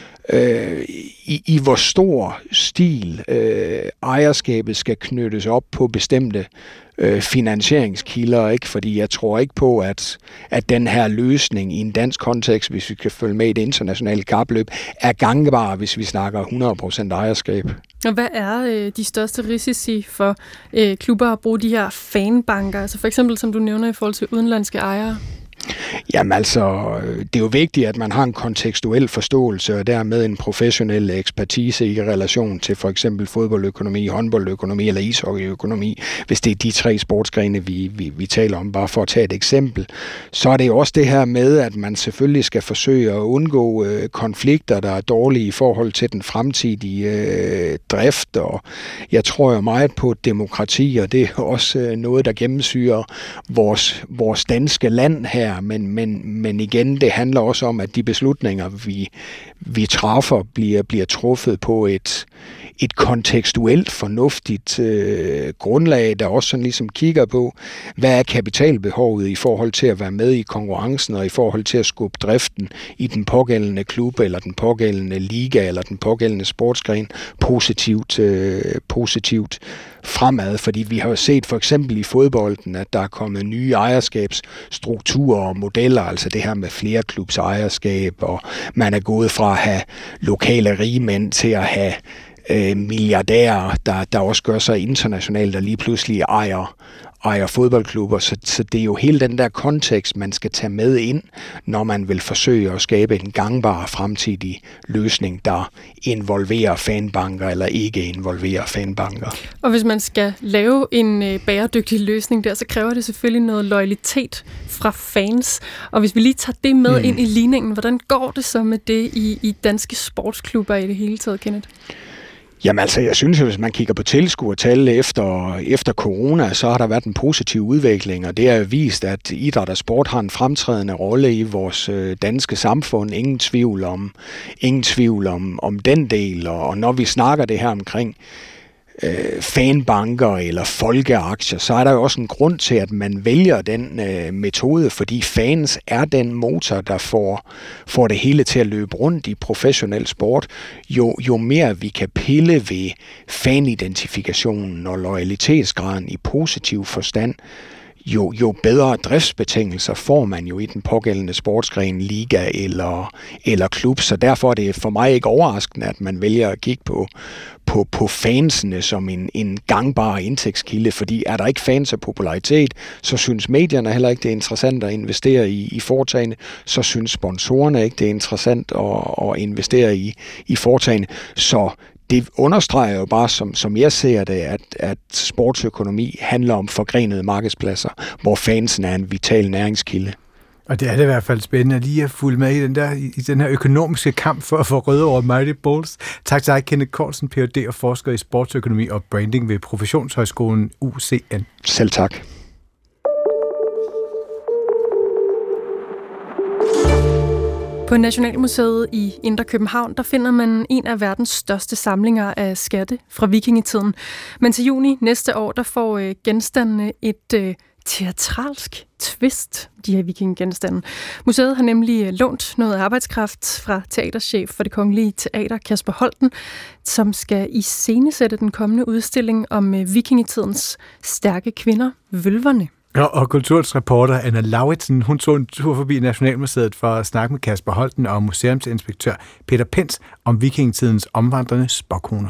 Øh, i, i hvor stor stil øh, ejerskabet skal knyttes op på bestemte øh, finansieringskilder, ikke? Fordi jeg tror ikke på, at, at den her løsning i en dansk kontekst, hvis vi kan følge med i det internationale kapløb, er gangbar, hvis vi snakker hundrede procent ejerskab. Og hvad er øh, de største risici for øh, klubber at bruge de her fanbanker, altså for eksempel som du nævner i forhold til udenlandske ejere? Jamen altså, det er jo vigtigt, at man har en kontekstuel forståelse og dermed en professionel ekspertise i relation til for eksempel fodboldøkonomi, håndboldøkonomi eller ishockeyøkonomi, hvis det er de tre sportsgrene, vi, vi, vi taler om, bare for at tage et eksempel. Så er det jo også det her med, at man selvfølgelig skal forsøge at undgå øh, konflikter, der er dårlige i forhold til den fremtidige øh, drift, og jeg tror jo meget på demokrati, og det er også øh, noget, der gennemsyrer vores, vores danske land her. Men, men, men igen, det handler også om, at de beslutninger, vi, vi træffer, bliver, bliver truffet på et, et kontekstuelt fornuftigt øh, grundlag, der også sådan ligesom kigger på, hvad er kapitalbehovet i forhold til at være med i konkurrencen, og i forhold til at skubbe driften i den pågældende klub, eller den pågældende liga, eller den pågældende sportsgren positivt, øh, positivt fremad, fordi vi har jo set for eksempel i fodbolden, at der er kommet nye ejerskabsstrukturer og modeller, altså det her med flere klubs ejerskab, og man er gået fra at have lokale rigmænd til at have øh, milliardærer, der, der også gør sig internationalt, der lige pludselig ejer ejer fodboldklubber, så, så det er jo hele den der kontekst, man skal tage med ind, når man vil forsøge at skabe en gangbar fremtidig løsning, der involverer fanbanker eller ikke involverer fanbanker. Og hvis man skal lave en øh, bæredygtig løsning der, så kræver det selvfølgelig noget loyalitet fra fans. Og hvis vi lige tager det med mm. ind i ligningen, hvordan går det så med det i, i danske sportsklubber i det hele taget, Kenneth? Jamen altså, jeg synes jo, hvis man kigger på tilskuertal efter, efter corona, så har der været en positiv udvikling, og det har vist, at idræt og sport har en fremtrædende rolle i vores øh, danske samfund. Ingen tvivl om, ingen tvivl om, om den del, og, og når vi snakker det her omkring øh, fanbanker eller folkeaktier, så er der jo også en grund til, at man vælger den øh, metode, fordi fans er den motor, der får, får det hele til at løbe rundt i professionel sport. Jo, jo mere vi kan pille ved fanidentifikationen og loyalitetsgraden i positiv forstand, Jo, jo bedre driftsbetingelser får man jo i den pågældende sportsgren, liga eller, eller klub, så derfor er det for mig ikke overraskende, at man vælger at kigge på, på, på fansene som en, en gangbar indtægtskilde, fordi er der ikke fans og popularitet, så synes medierne heller ikke, det er interessant at investere i, i foretagende, så synes sponsorerne ikke, det er interessant at, at investere i, i foretagende, så det understreger jo bare, som, som jeg ser det, at, at sportsøkonomi handler om forgrenede markedspladser, hvor fansen er en vital næringskilde. Og det er det i hvert fald spændende lige at fulde med i den, der, i den her økonomiske kamp for at få Rødovre Mighty Bulls. Tak til dig, Kenneth Cortzen, P H D og forsker i sportsøkonomi og branding ved Professionshøjskolen U C N. Selv tak. På Nationalmuseet i Indre København, der finder man en af verdens største samlinger af skatte fra vikingetiden. Men til juni næste år, der får øh, genstandene et øh, teatralsk twist, de her vikingegenstande. Museet har nemlig øh, lånt noget arbejdskraft fra teaterchef for Det Kongelige Teater, Kasper Holten, som skal iscenesætte den kommende udstilling om øh, vikingetidens stærke kvinder, vølverne. Og, og kulturens reporter Anna Lauritsen, hun tog en tur forbi Nationalmuseet for at snakke med Kasper Holten og museumsinspektør Peter Pens om vikingetidens omvandrende spåkoner.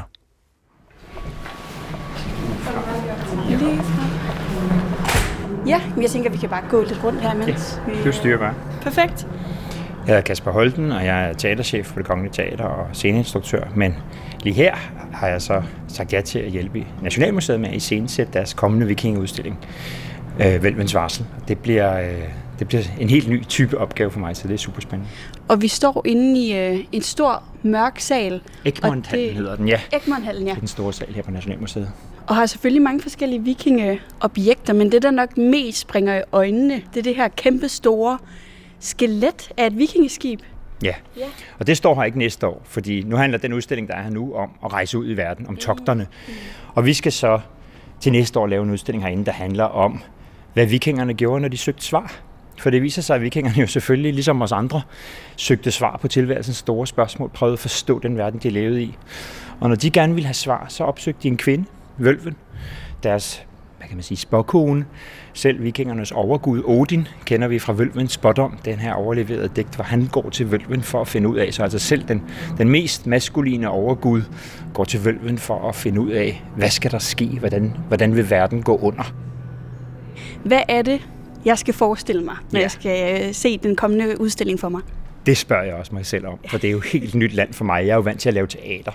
Ja, jeg tænker, vi kan bare gå lidt rundt her imens. Ja, det styrer bare. Perfekt. Jeg hedder Kasper Holten, og jeg er teaterchef for Det Kongelige Teater og sceneinstruktør, men lige her har jeg så sagt ja til at hjælpe Nationalmuseet med at iscenesætte deres kommende vikingeudstilling. Øh, Vølvens Varsel. Det bliver, øh, det bliver en helt ny type opgave for mig, så det er super spændende. Og vi står inde i øh, en stor, mørk sal. Egmonthallen det... hedder den, ja. Egmonthallen, ja. Det er den store sal her på Nationalmuseet. Og har selvfølgelig mange forskellige vikingeobjekter, men det, der nok mest springer i øjnene, det er det her kæmpe store skelet af et vikingeskib. Ja, ja. Og det står her ikke næste år, fordi nu handler den udstilling, der er her nu, om at rejse ud i verden, om togterne. Mm. Og vi skal så til næste år lave en udstilling herinde, der handler om, hvad vikingerne gjorde, når de søgte svar. For det viser sig, at vikingerne jo selvfølgelig, ligesom os andre, søgte svar på tilværelsens store spørgsmål, prøvede at forstå den verden, de levede i. Og når de gerne ville have svar, så opsøgte de en kvinde, Vølven, deres, hvad kan man sige, spåkone. Selv vikingernes overgud Odin kender vi fra Vølvens spådom, den her overleverede digt, hvor han går til Vølven for at finde ud af. Så altså selv den, den mest maskuline overgud går til Vølven for at finde ud af, hvad skal der ske, hvordan, hvordan vil verden gå under. Hvad er det, jeg skal forestille mig, når ja. jeg skal se den kommende udstilling for mig? Det spørger jeg også mig selv om, for det er jo helt nyt land for mig. Jeg er jo vant til at lave teater.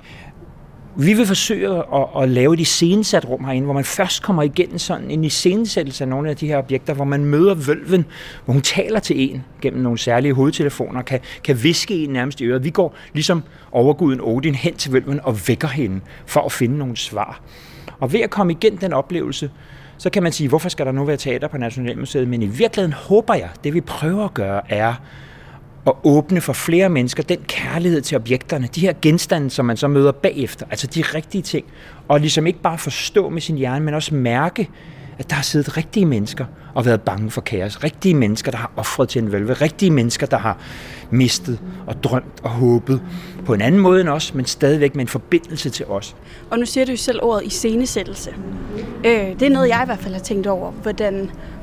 Vi vil forsøge at, at lave et iscenesat rum herinde, hvor man først kommer igennem sådan en iscenesættelse af nogle af de her objekter, hvor man møder Vølven, hvor hun taler til en gennem nogle særlige hovedtelefoner, kan, kan viske en nærmest i øret. Vi går ligesom overguden Odin hen til Vølven og vækker hende for at finde nogle svar. Og ved at komme igennem den oplevelse, så kan man sige, hvorfor skal der nu være teater på Nationalmuseet? Men i virkeligheden håber jeg, det vi prøver at gøre, er at åbne for flere mennesker den kærlighed til objekterne, de her genstande, som man så møder bagefter, altså de rigtige ting, og ligesom ikke bare forstå med sin hjerne, men også mærke, at der har siddet rigtige mennesker og været bange for kaos. Rigtige mennesker, der har ofret til en vølve. Rigtige mennesker, der har mistet og drømt og håbet på en anden måde end os, men stadigvæk med en forbindelse til os. Og nu siger du jo selv ordet iscenesættelse. Øh, det er noget, jeg i hvert fald har tænkt over. Hvordan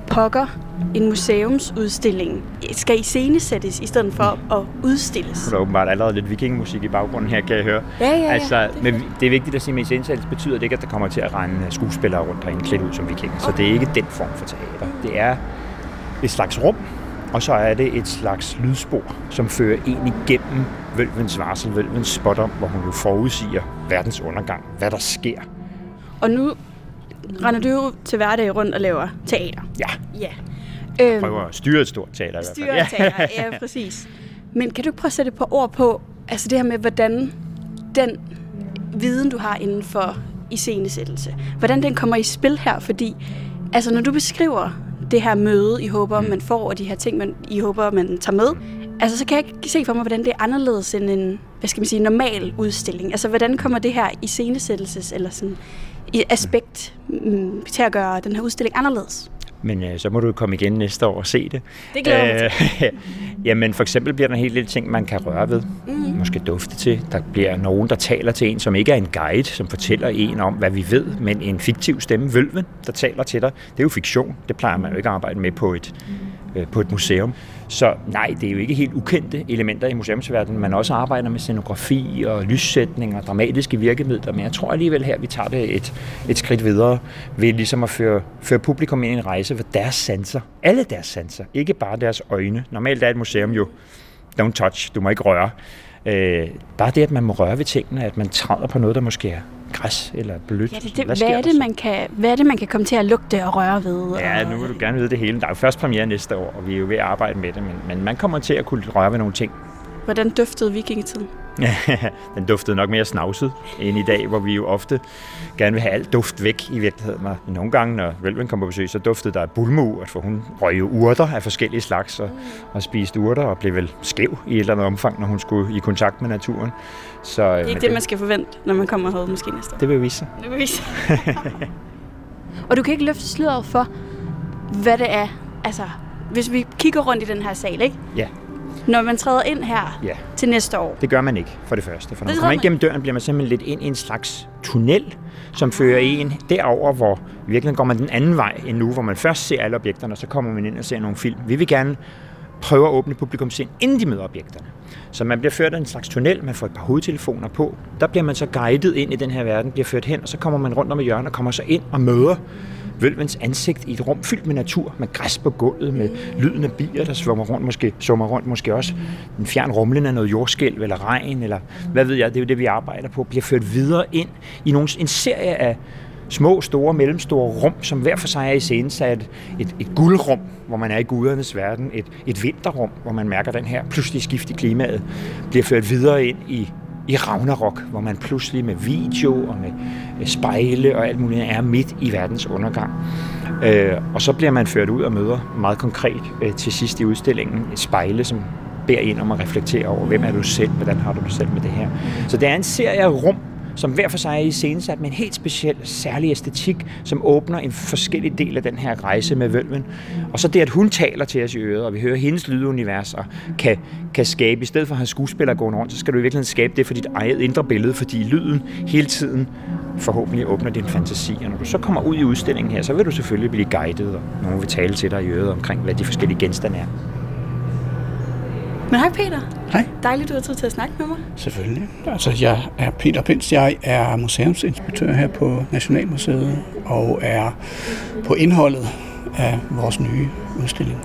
pokker en museumsudstilling skal iscenesættes i stedet for at udstilles? Der er åbenbart allerede lidt vikingemusik i baggrunden her, kan jeg høre. Ja, ja, ja. Altså, det, men det er vigtigt at sige, at med iscenesættelse betyder det ikke, at der kommer til at rende skuespillere rundt herinde klædt ud som vikinger. Så det er ikke den form for teater. Det er et slags rum, og så er det et slags lydspor, som fører en igennem vølvens varsel, vølvens spådom, hvor hun jo forudsiger verdens undergang, hvad der sker. Og nu render du jo til hverdag rundt og laver teater. Ja. Ja. Jeg prøver at styre et stort teater i hvert fald. Styre teater, ja, præcis. Men kan du ikke prøve at sætte et par ord på, altså det her med, hvordan den viden, du har inden for iscenesættelse, hvordan den kommer i spil her? Fordi altså, når du beskriver det her møde, I håber, mm. man får, og de her ting, man, I håber, man tager med, altså så kan jeg ikke se for mig, hvordan det er anderledes end en, hvad skal man sige, normal udstilling. Altså, hvordan kommer det her iscenesættelses eller sådan i aspekt mm, til at gøre den her udstilling anderledes? Men øh, så må du komme igen næste år og se det. Det glæder jeg mig til. Jamen for eksempel bliver der en hel lille ting, man kan røre ved. Mm-hmm. Måske dufte til. Der bliver nogen, der taler til en, som ikke er en guide, som fortæller en om, hvad vi ved, men en fiktiv stemme, vølven, der taler til dig. Det er jo fiktion. Det plejer man jo ikke at arbejde med på et, øh, på et museum. Så nej, det er jo ikke helt ukendte elementer i museumsverdenen. Man også arbejder med scenografi og lyssætning og dramatiske virkemidler, men jeg tror alligevel her, vi tager det et, et skridt videre ved ligesom at føre, føre publikum ind i en rejse, hvor deres sanser, alle deres sanser, ikke bare deres øjne. Normalt er et museum jo, don't touch, du må ikke røre. Øh, bare det, at man må røre ved tingene, at man træder på noget, der måske er græs eller blødt. Ja, det, det, hvad, hvad, er det, man kan, hvad er det, man kan komme til at lugte og røre ved? Ja, nu vil du gerne vide det hele. Der er jo først premiere næste år, og vi er jo ved at arbejde med det, men, men man kommer til at kunne røre ved nogle ting. Hvordan duftede vikingetiden? Den duftede nok mere snavset end i dag, hvor vi jo ofte gerne vil have alt duft væk i virkeligheden. Og nogle gange, når vølven kom på besøg, så duftede der af bulmeurt, for hun røg jo urter af forskellige slags og, og spiste urter og blev vel skæv i et eller andet omfang, når hun skulle i kontakt med naturen. Så, det er ikke det, det, man skal forvente, når man kommer herud måske næste år. Det vil vise sig. Det vil vise sig. Og du kan ikke løfte sløret for, hvad det er. Altså, hvis vi kigger rundt i den her sal, ikke? Ja. Når man træder ind her ja. til næste år? Det gør man ikke, for det første. For når man kommer ind gennem døren, bliver man simpelthen lidt ind i en slags tunnel, som fører en derover, hvor i virkeligheden går man den anden vej end nu, hvor man først ser alle objekterne, og så kommer man ind og ser nogle film. Vi vil gerne prøve at åbne publikumssind, inden de møder objekterne. Så man bliver ført af en slags tunnel, man får et par hovedtelefoner på. Der bliver man så guidet ind i den her verden, bliver ført hen, og så kommer man rundt om hjørnet og kommer så ind og møder vølvens ansigt i et rum fyldt med natur, med græs på gulvet, med lyden af bier, der svømmer rundt, måske, summer rundt, måske også en fjern rumlen af noget jordskælv eller regn, eller hvad ved jeg, det er jo det, vi arbejder på, bliver ført videre ind i nogle, en serie af små, store, mellemstore rum, som hver for sig er iscenesat. Et, et guldrum, hvor man er i gudernes verden, et, et vinterrum, hvor man mærker den her pludselig skift i klimaet, bliver ført videre ind i i Ragnarok, hvor man pludselig med video og med spejle og alt muligt er midt i verdens undergang. Øh, og så bliver man ført ud og møder meget konkret øh, til sidst i udstillingen et spejle, som beder en om at reflektere over, hvem er du selv, hvordan har du det selv med det her. Så det er en serie af rum, som hver for sig er iscenesat med en helt speciel, særlig æstetik, som åbner en forskellig del af den her rejse med vølven. Og så det, at hun taler til os i øret, og vi hører hendes lydunivers, og kan, kan skabe, i stedet for at have skuespillere gående rundt, så skal du i virkeligheden skabe det for dit eget indre billede, fordi lyden hele tiden forhåbentlig åbner din fantasi. Og når du så kommer ud i udstillingen her, så vil du selvfølgelig blive guidet, og nogen vil tale til dig i øret omkring, hvad de forskellige genstande er. Men hej Peter. Hej. Dejligt, du har tid til at snakke med mig. Selvfølgelig. Altså, jeg er Peter Pins. Jeg er museumsinspektør her på Nationalmuseet og er på indholdet af vores nye udstilling.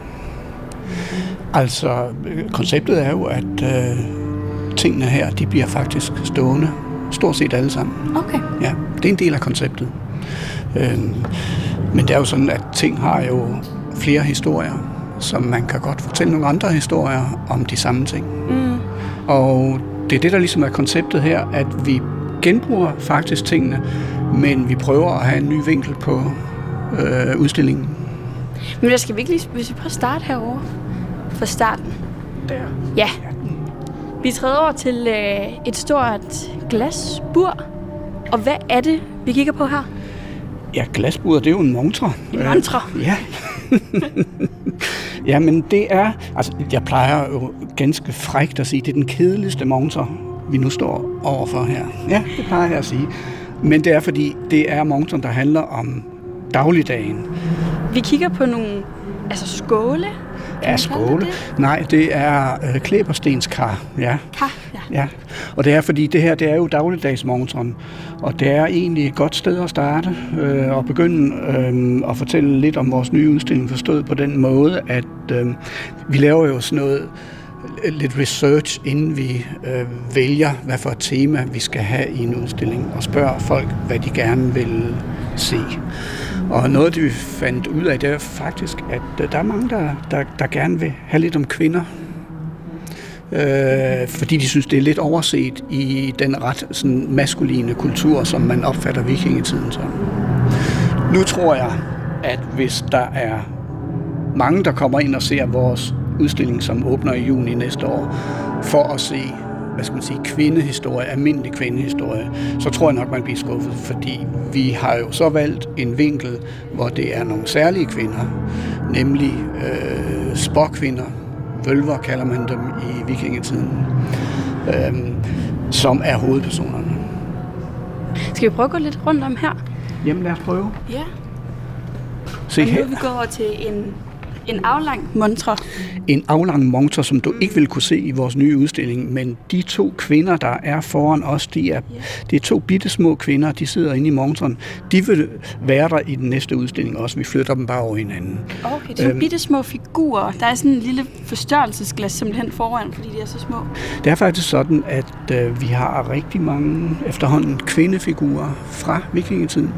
Altså, konceptet er jo, at øh, tingene her, de bliver faktisk stående stort set alle sammen. Okay. Ja, det er en del af konceptet. Øh, men det er jo sådan, at ting har jo flere historier, så man kan godt fortælle nogle andre historier om de samme ting. Mm. Og det er det, der ligesom er konceptet her, at vi genbruger faktisk tingene, men vi prøver at have en ny vinkel på øh, udstillingen. Men skal vi ikke lige, hvis vi prøver at starte herovre fra starten? Der. Ja. Vi træder over til øh, et stort glasbur. Og hvad er det, vi kigger på her? Ja, glasburet, det er jo en montre. En montre? Øh, ja. Ja, men det er, altså jeg plejer jo ganske frækt at sige, det er den kedeligste montre, vi nu står overfor her. Ja, det plejer jeg at sige. Men det er, fordi det er montren, der handler om dagligdagen. vi kigger på nogle altså skåle. Ja, skåle. Det? Nej, det er øh, klæberstenskar. Ja. Kar, ja. ja. Og det er, fordi det her, det er jo dagligdags Montron. Og det er egentlig et godt sted at starte øh, og begynde øh, at fortælle lidt om vores nye udstilling, forstået på den måde, at øh, vi laver jo sådan noget lidt research, inden vi øh, vælger, hvad for et tema vi skal have i en udstilling, og spørger folk, hvad de gerne vil se. Og noget, det vi fandt ud af, det er faktisk, at der er mange, der, der, der gerne vil have lidt om kvinder, øh, fordi de synes, det er lidt overset i den ret sådan, maskuline kultur, som man opfatter vikingetiden som. Nu tror jeg, at hvis der er mange, der kommer ind og ser vores udstilling, som åbner i juni næste år, for at se, hvad skal man sige, kvindehistorie, almindelig kvindehistorie, så tror jeg nok, man bliver skuffet, fordi vi har jo så valgt en vinkel, hvor det er nogle særlige kvinder, nemlig øh, spåkvinder, vølver kalder man dem i vikingetiden, øh, som er hovedpersonerne. Skal vi prøve at gå lidt rundt om her? Jamen lad os prøve. Ja. Se her. Og nu vi går over til en En aflang montre. En aflang montre, som du ikke vil kunne se i vores nye udstilling, men de to kvinder, der er foran os, de er, yeah. det er to bittesmå kvinder, de sidder inde i montren. De vil være der i den næste udstilling også. Vi flytter dem bare over hinanden. Okay, det er øhm, bittesmå figurer. Der er sådan en lille forstørrelsesglas simpelthen foran, fordi de er så små. Det er faktisk sådan, at øh, vi har rigtig mange efterhånden kvindefigurer fra vikingetiden.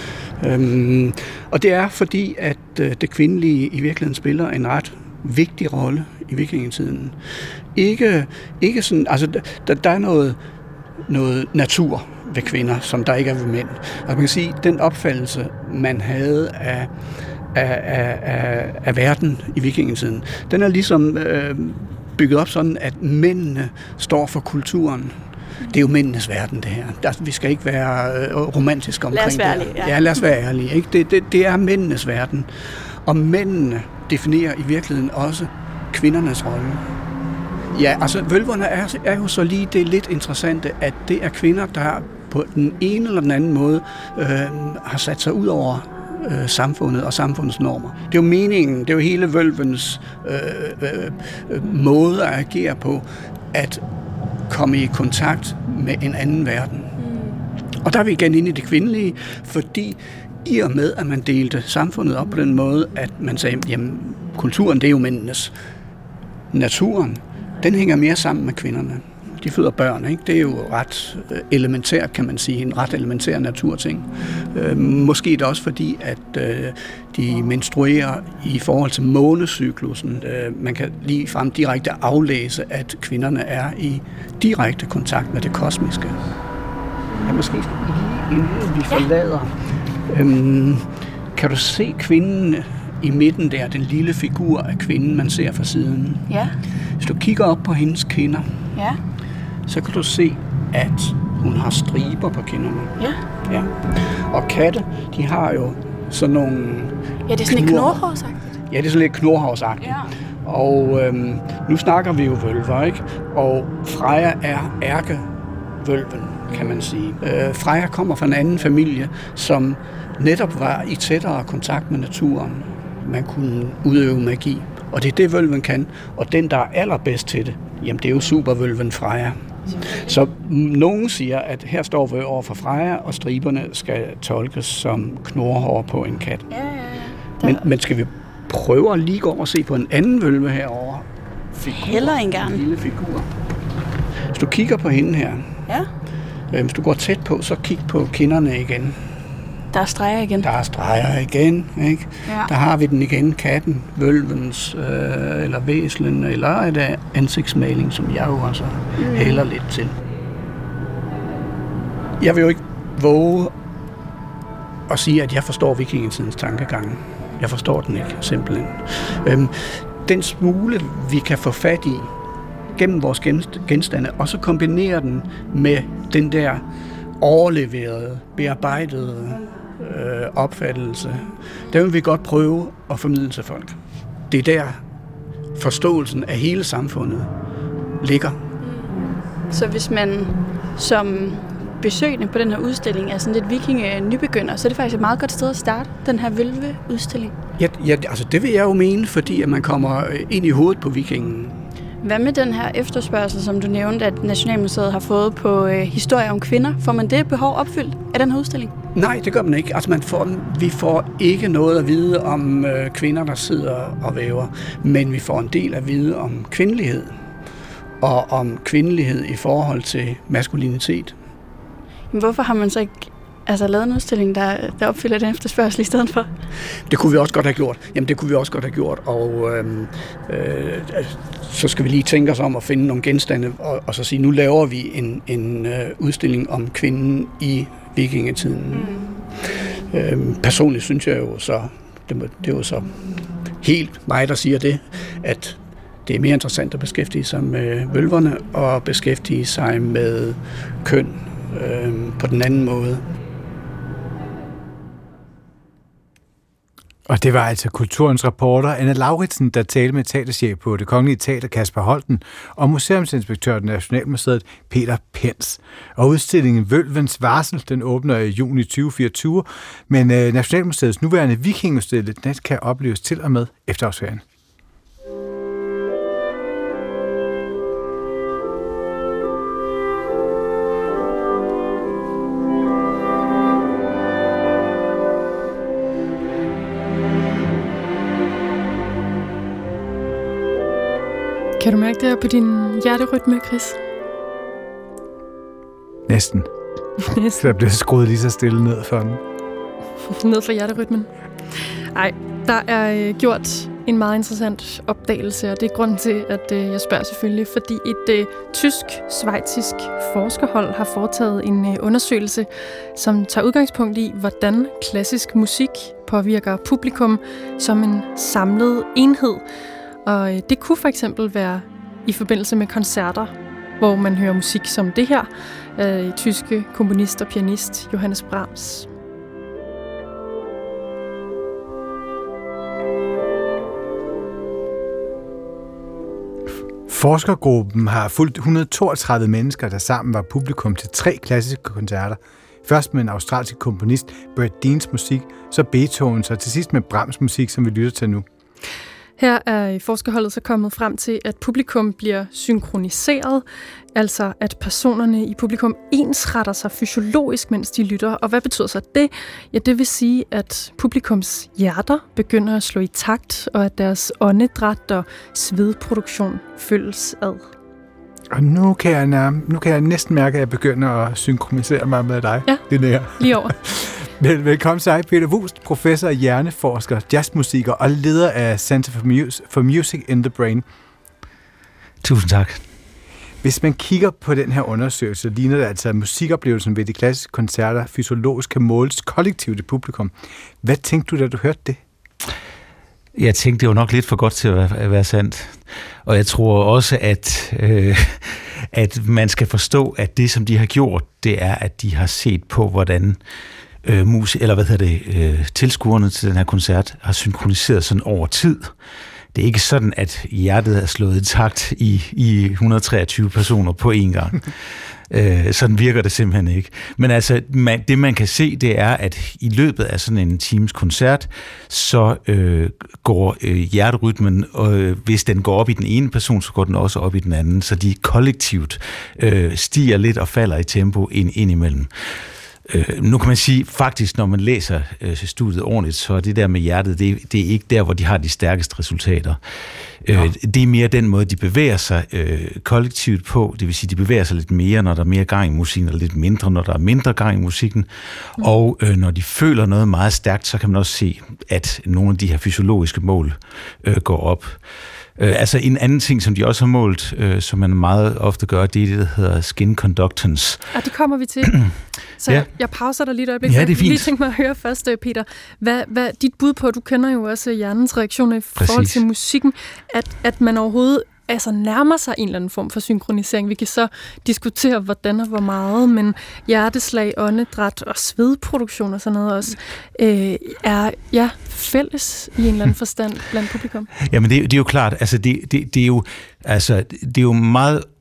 Øhm, og det er fordi, at øh, det kvindelige i virkeligheden spiller en ret vigtig rolle i vikingetiden. Ikke, ikke sådan, altså der, der er noget, noget natur ved kvinder, som der ikke er ved mænd. Og man kan sige, den opfattelse, man havde af, af, af, af, af verden i vikingetiden, den er ligesom øh, bygget op sådan, at mændene står for kulturen. Det er jo mændenes verden, det her. Altså, vi skal ikke være øh, romantiske omkring det. Lad os være ærlige. Ja. ja, lad os være ærlige. Ikke? Det, det, det er mændenes verden. Og mændene definerer i virkeligheden også kvindernes rolle. Ja, altså vølverne er, er jo så lige det lidt interessante, at det er kvinder, der på den ene eller den anden måde øh, har sat sig ud over øh, samfundet og samfundets normer. Det er jo meningen, det er jo hele vølvens øh, øh, måde at agere på, at komme i kontakt med en anden verden. Mm. Og der er vi igen inde i det kvindelige, fordi i og med, at man delte samfundet op på den måde, at man sagde, jamen, kulturen, det er jo mændenes. Naturen, den hænger mere sammen med kvinderne. De føder børn, ikke? Det er jo ret elementært, kan man sige, en ret elementær naturting. Øh, måske er det også fordi, at øh, de menstruerer i forhold til månecyklusen. Øh, man kan lige frem direkte aflæse, at kvinderne er i direkte kontakt med det kosmiske. Ja, måske lige inden vi forlader. Øhm, kan du se kvinden i midten der, den lille figur af kvinden, man ser fra siden? Ja. Hvis du kigger op på hendes kinder, ja. så kan du se, at hun har striber på kinderne. Ja. Ja. Og katte, de har jo sådan nogle... Ja, det er sådan lidt knorhårsagtigt. Ja, det er sådan lidt knorhårsagtigt. Ja. Og øhm, nu snakker vi jo vølver, ikke? Og Freja er ærkevølven, kan man sige. Øh, Freja kommer fra en anden familie, som netop var i tættere kontakt med naturen. Man kunne udøve magi. Og det er det, vølven kan. Og den, der er allerbedst til det, jamen det er jo supervølven Freja. Så nogen siger, at her står vi over for Freja, og striberne skal tolkes som knorhår på en kat. Ja, ja, ja. Men, men skal vi prøve at lige gå over og se på en anden vølve herovre? Figur. Heller en gang. En lille figur. Hvis du kigger på hende her, ja. øh, hvis du går tæt på, så kig på kinderne igen. Der er streger igen. Der er streger igen, ikke? Ja. Der har vi den igen, katten, vølvens, øh, eller væslen, eller et ansigtsmaling, som jeg jo også mm. hælder lidt til. Jeg vil jo ikke våge at sige, at jeg forstår vikingetidens tankegang. Jeg forstår den ikke, simpelthen. Øhm, den smule, vi kan få fat i gennem vores genstande, og så kombinere den med den der overleverede, bearbejdede øh, opfattelse, der vil vi godt prøve at formidle til folk. Det er der forståelsen af hele samfundet ligger. Så hvis man som besøgende på den her udstilling er sådan lidt vikinge-nybegynder, så er det faktisk et meget godt sted at starte, den her vølve-udstilling. Ja, ja, altså det vil jeg jo mene, fordi at man kommer ind i hovedet på vikingen. Hvad med den her efterspørgsel, som du nævnte, at Nationalmuseet har fået på øh, historie om kvinder? Får man det behov opfyldt af den her udstilling? Nej, det gør man ikke. Altså man får, vi får ikke noget at vide om øh, kvinder, der sidder og væver, men vi får en del at vide om kvindelighed, og om kvindelighed i forhold til maskulinitet. Men hvorfor har man så ikke altså, lavet en udstilling, der, der opfylder den efterspørgsel i stedet for? Det kunne vi også godt have gjort. Jamen, det kunne vi også godt have gjort, og øh, øh, så skal vi lige tænke os om at finde nogle genstande, og, og så sige, nu laver vi en, en øh, udstilling om kvinden i vikingetiden. Mm. Øh, personligt synes jeg jo så, det, det er jo så helt mig, der siger det, at det er mere interessant at beskæftige sig med vølverne og beskæftige sig med køn øh, på den anden måde. Og det var altså kulturens reporter Anna Lauritsen, der talte med teaterchef på Det Kongelige Teater Kasper Holten og museumsinspektør i Nationalmuseet Peter Pens. Og udstillingen Vølvens Varsel, den åbner i juni tyve fireogtyve, men øh, Nationalmuseets nuværende vikingeudstilling, den kan opleves til og med efterårsferien. Kan du mærke det her på din hjerterytme, Chris? Næsten. Næsten. Så jeg bliver skruet lige så stille ned for den. Ned for hjerterytmen. Nej, der er øh, gjort en meget interessant opdagelse, og det er grunden til, at øh, jeg spørger selvfølgelig, fordi et øh, tysk-schweizisk forskerhold har foretaget en øh, undersøgelse, som tager udgangspunkt i, hvordan klassisk musik påvirker publikum som en samlet enhed. Og øh, det kunne for eksempel være i forbindelse med koncerter, hvor man hører musik som det her, øh, tyske komponist og pianist Johannes Brahms. Forskergruppen har fulgt et hundrede og toogtredive mennesker, der sammen var publikum til tre klassiske koncerter. Først med en australsk komponist, Brett Deans musik, så Beethovens, og til sidst med Brahms musik, som vi lytter til nu. Her er forskerholdet så kommet frem til, at publikum bliver synkroniseret, altså at personerne i publikum ensretter sig fysiologisk, mens de lytter. Og hvad betyder så det? Ja, det vil sige, at publikums hjerter begynder at slå i takt, og at deres åndedræt og svedproduktion følges ad. Og nu kan jeg, nærmest, nu kan jeg næsten mærke, at jeg begynder at synkronisere mig med dig. Ja, lige over. Vel, velkommen til dig, Peter Wust, professor, hjerneforsker, jazzmusiker og leder af Center for, Mus- for Music in the Brain. Tusind tak. Hvis man kigger på den her undersøgelse, ligner det altså, at musikoplevelsen ved de klassiske koncerter fysiologisk kan måles kollektivt i publikum. Hvad tænkte du, da du hørte det? Jeg tænkte, det var nok lidt for godt til at være, at være sandt. Og jeg tror også, at, øh, at man skal forstå, at det, som de har gjort, det er, at de har set på, hvordan øh, mus, eller hvad hedder det, øh, tilskuerne til den her koncert har synkroniseret sådan over tid. Det er ikke sådan, at hjertet er slået i takt i, i et hundrede og treogtyve personer på én gang. Øh, sådan virker det simpelthen ikke. Men altså, man, det man kan se, det er, at i løbet af sådan en times koncert, så øh, går øh, hjerterytmen, og øh, hvis den går op i den ene person, så går den også op i den anden, så de kollektivt øh, stiger lidt og falder i tempo ind, ind imellem. Øh, nu kan man sige, faktisk når man læser øh, studiet ordentligt, så er det der med hjertet, det, det er ikke der, hvor de har de stærkeste resultater. Ja. Øh, det er mere den måde, de bevæger sig øh, kollektivt på, det vil sige, de bevæger sig lidt mere, når der er mere gang i musikken, og lidt mindre, når der er mindre gang i musikken. Mm. Og øh, når de føler noget meget stærkt, så kan man også se, at nogle af de her fysiologiske mål øh, går op. Øh, altså en anden ting, som de også har målt, øh, som man meget ofte gør, det er det, der hedder skin conductance. Og det kommer vi til. Så ja. jeg, jeg pauser dig lige et øjeblik. Ja, det er fint. Jeg lige tænke mig at høre først, Peter. Hvad, hvad dit bud på, du kender jo også hjernens reaktioner i forhold Præcis. til musikken, at, at man overhovedet altså nærmer sig en eller anden form for synkronisering. Vi kan så diskutere, hvordan og hvor meget, men hjerteslag, åndedræt og svedproduktion og sådan noget også øh, er ja, fælles i en eller anden forstand blandt publikum. Jamen det, det er jo klart, altså det, det, det er jo altså det er jo meget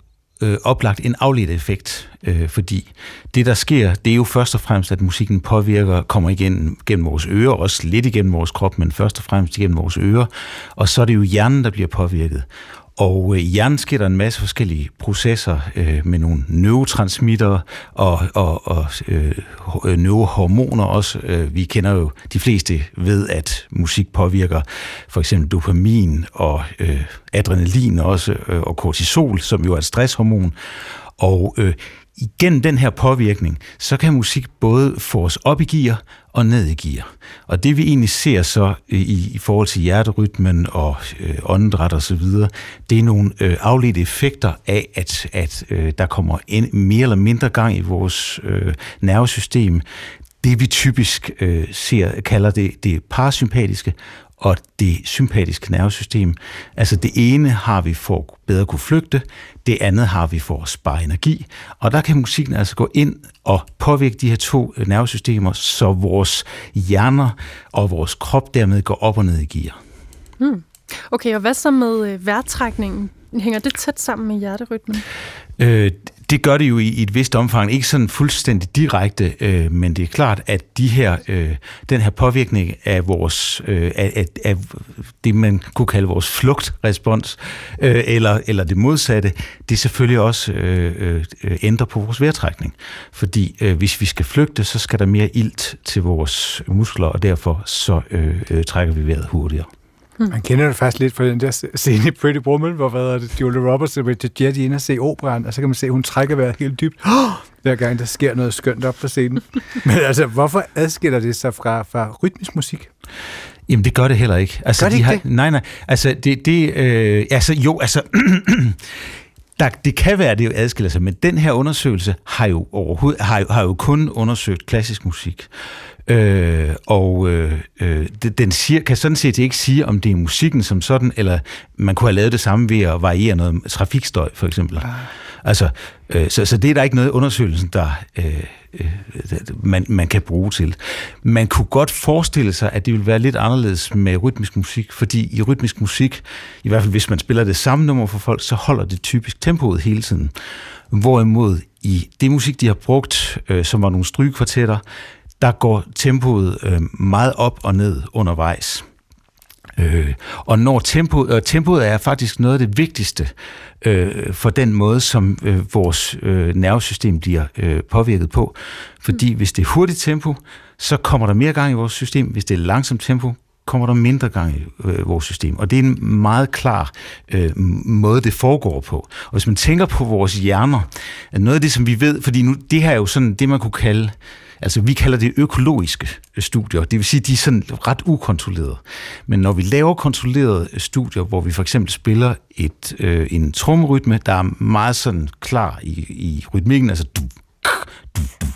øh, oplagt en afledt effekt, øh, fordi det, der sker, det er jo først og fremmest, at musikken påvirker, kommer igen gennem vores ører, også lidt igennem vores krop, men først og fremmest igennem vores ører, og så er det jo hjernen, der bliver påvirket. Og øh, i hjernen sker der en masse forskellige processer øh, med nogle neurotransmittere og, og, og øh, neurohormoner også. Øh, vi kender jo, de fleste ved, at musik påvirker for eksempel dopamin og øh, adrenalin også, øh, og kortisol, som jo er et stresshormon. Og øh, igennem den her påvirkning, så kan musik både få os op i gear og ned i gear. Og det vi egentlig ser så i, i forhold til hjerterytmen og øh, åndedræt og så videre, det er nogle øh, afledte effekter af, at, at øh, der kommer en, mere eller mindre gang i vores øh, nervesystem. Det vi typisk øh, ser, kalder det det parasympatiske og det sympatiske nervesystem. Altså det ene har vi for at bedre kunne flygte, det andet har vi for at spare energi, og der kan musikken altså gå ind og påvirke de her to nervesystemer, så vores hjerner og vores krop dermed går op og ned i gear. Hmm. Okay, og hvad så med øh, vejrtrækningen? Hænger det tæt sammen med hjerterytmen? Øh, Det gør det jo i et vist omfang, ikke sådan fuldstændig direkte, øh, men det er klart, at de her, øh, den her påvirkning af vores, øh, af, af det man kunne kalde vores flugtrespons, øh, eller, eller det modsatte, det selvfølgelig også øh, øh, ændrer på vores vejrtrækning. Fordi øh, hvis vi skal flygte, så skal der mere ilt til vores muskler, og derfor så øh, øh, trækker vi vejret hurtigere. Hmm. Man kender det faktisk lidt fra den der scene i Pretty Woman, hvor hvad er det, Julia Roberts og Richard Jett inde og se operaen, og så kan man se, at hun trækker vejret helt dybt, oh! hver gang der sker noget skønt op på scenen. Men altså, hvorfor adskiller det sig fra, fra rytmisk musik? Jamen, det gør det heller ikke. Altså, gør det de ikke har, det? Nej, nej. Altså, det... det øh, altså, jo, altså... Der, det kan være, at det adskiller sig, men den her undersøgelse har jo overhovedet har jo, har jo kun undersøgt klassisk musik. Øh, og øh, øh, den siger, kan sådan set ikke sige, om det er musikken som sådan, eller man kunne have lavet det samme ved at variere noget trafikstøj, for eksempel. Ah. Altså, øh, så, så det er der ikke noget i undersøgelsen, der øh, øh, man, man kan bruge til. Man kunne godt forestille sig, at det ville være lidt anderledes med rytmisk musik, fordi i rytmisk musik, i hvert fald hvis man spiller det samme nummer for folk, så holder det typisk tempoet hele tiden. Hvorimod i det musik, de har brugt, øh, som var nogle strygekvartetter, der går tempoet øh, meget op og ned undervejs. Øh, og når tempoet, øh, tempoet er faktisk noget af det vigtigste øh, for den måde, som øh, vores øh, nervesystem bliver øh, påvirket på. Fordi mm. hvis det er hurtigt tempo, så kommer der mere gang i vores system. Hvis det er langsomt tempo, kommer der mindre gang i øh, vores system. Og det er en meget klar øh, måde, det foregår på. Og hvis man tænker på vores hjerner, noget af det, som vi ved, fordi nu, det her er jo sådan det, man kunne kalde, altså vi kalder det økologiske studier, det vil sige, de er sådan ret ukontrollerede. Men når vi laver kontrollerede studier, hvor vi for eksempel spiller et, øh, en trommerytme, der er meget sådan klar i, i rytmikken, altså du, du, du,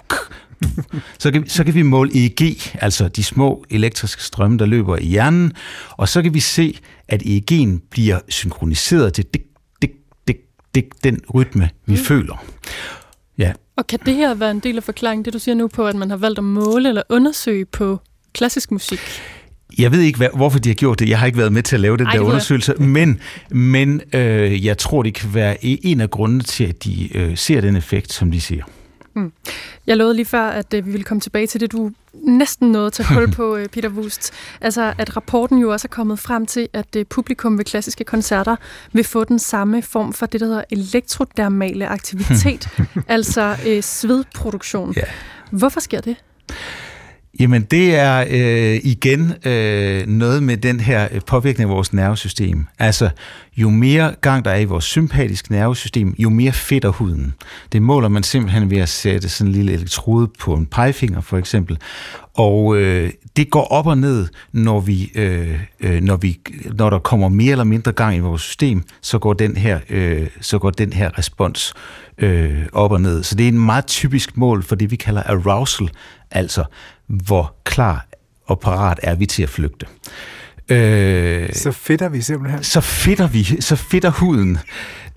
Så kan, så kan vi måle E E G, altså de små elektriske strømme, der løber i hjernen, og så kan vi se, at E E G'en bliver synkroniseret til dik, dik, dik, dik, den rytme, vi mm. føler. Ja. Og kan det her være en del af forklaringen, det du siger nu på, at man har valgt at måle eller undersøge på klassisk musik? Jeg ved ikke, hvorfor de har gjort det. Jeg har ikke været med til at lave den Ej, der undersøgelse, men, men øh, jeg tror, det kan være en af grundene til, at de øh, ser den effekt, som de ser. Hmm. Jeg lovede lige før, at øh, vi ville komme tilbage til det, du næsten nåede til hul på, øh, Peter Wust. Altså, at rapporten jo også er kommet frem til, at øh, publikum ved klassiske koncerter vil få den samme form for det, der hedder elektrodermale aktivitet, altså øh, svedproduktion. Ja. Hvorfor sker det? Jamen, det er øh, igen øh, noget med den her påvirkning af vores nervesystem. Altså, jo mere gang der er i vores sympatiske nervesystem, jo mere fedter huden. Det måler man simpelthen ved at sætte sådan en lille elektrode på en pegefinger, for eksempel. Og øh, det går op og ned, når, vi, øh, når, vi, når der kommer mere eller mindre gang i vores system, så går den her, øh, så går den her respons øh, op og ned. Så det er en meget typisk mål for det, vi kalder arousal, altså hvor klar og parat er vi til at flygte. Øh, så fedter vi simpelthen. Så fedter vi, så fedter huden.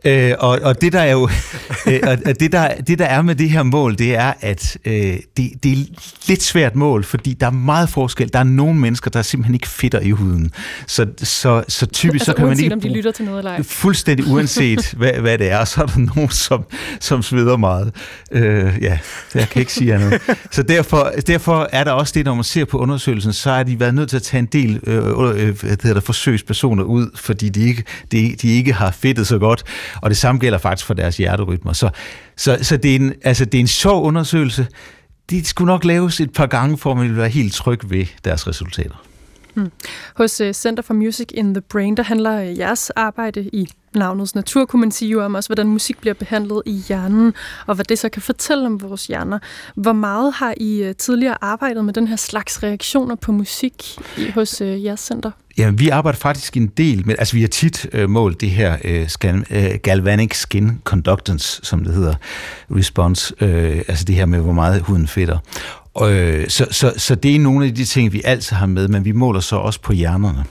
Øh, og, og det der er jo øh, og det der det der er med det her mål, det er at øh, det, det er lidt svært mål, fordi der er meget forskel. Der er nogle mennesker, der simpelthen ikke fitter i huden. Så så så typisk altså, så kan man ikke om de lytter til noget eller ej. Fuldstændig uanset hvad, hvad det er, så er der nogen som som sveder meget. Øh, ja, jeg kan ikke sige andet. Så derfor derfor er der også det, når man ser på undersøgelsen, så er de været nødt til at tage en del øh, øh, hvad hedder det, forsøgspersoner ud, fordi de ikke de, de ikke har fedtet så godt. Og det samme gælder faktisk for deres hjerterytmer. Så, så, så det, er en, altså, det er en sjov undersøgelse. De skulle nok laves et par gange, for at man vil være helt tryg ved deres resultater. Hmm. Hos uh, Center for Music in the Brain, der handler uh, jeres arbejde i navnets natur, kunne man sige jo om også, hvordan musik bliver behandlet i hjernen, og hvad det så kan fortælle om vores hjerner. Hvor meget har I uh, tidligere arbejdet med den her slags reaktioner på musik i, hos uh, jeres center? Ja, vi arbejder faktisk en del med, altså vi har tit øh, målt det her øh, scan, øh, galvanic skin conductance, som det hedder, response, øh, altså det her med, hvor meget huden fedter. Og, øh, så, så, så det er nogle af de ting, vi altid har med, men vi måler så også på hjernerne.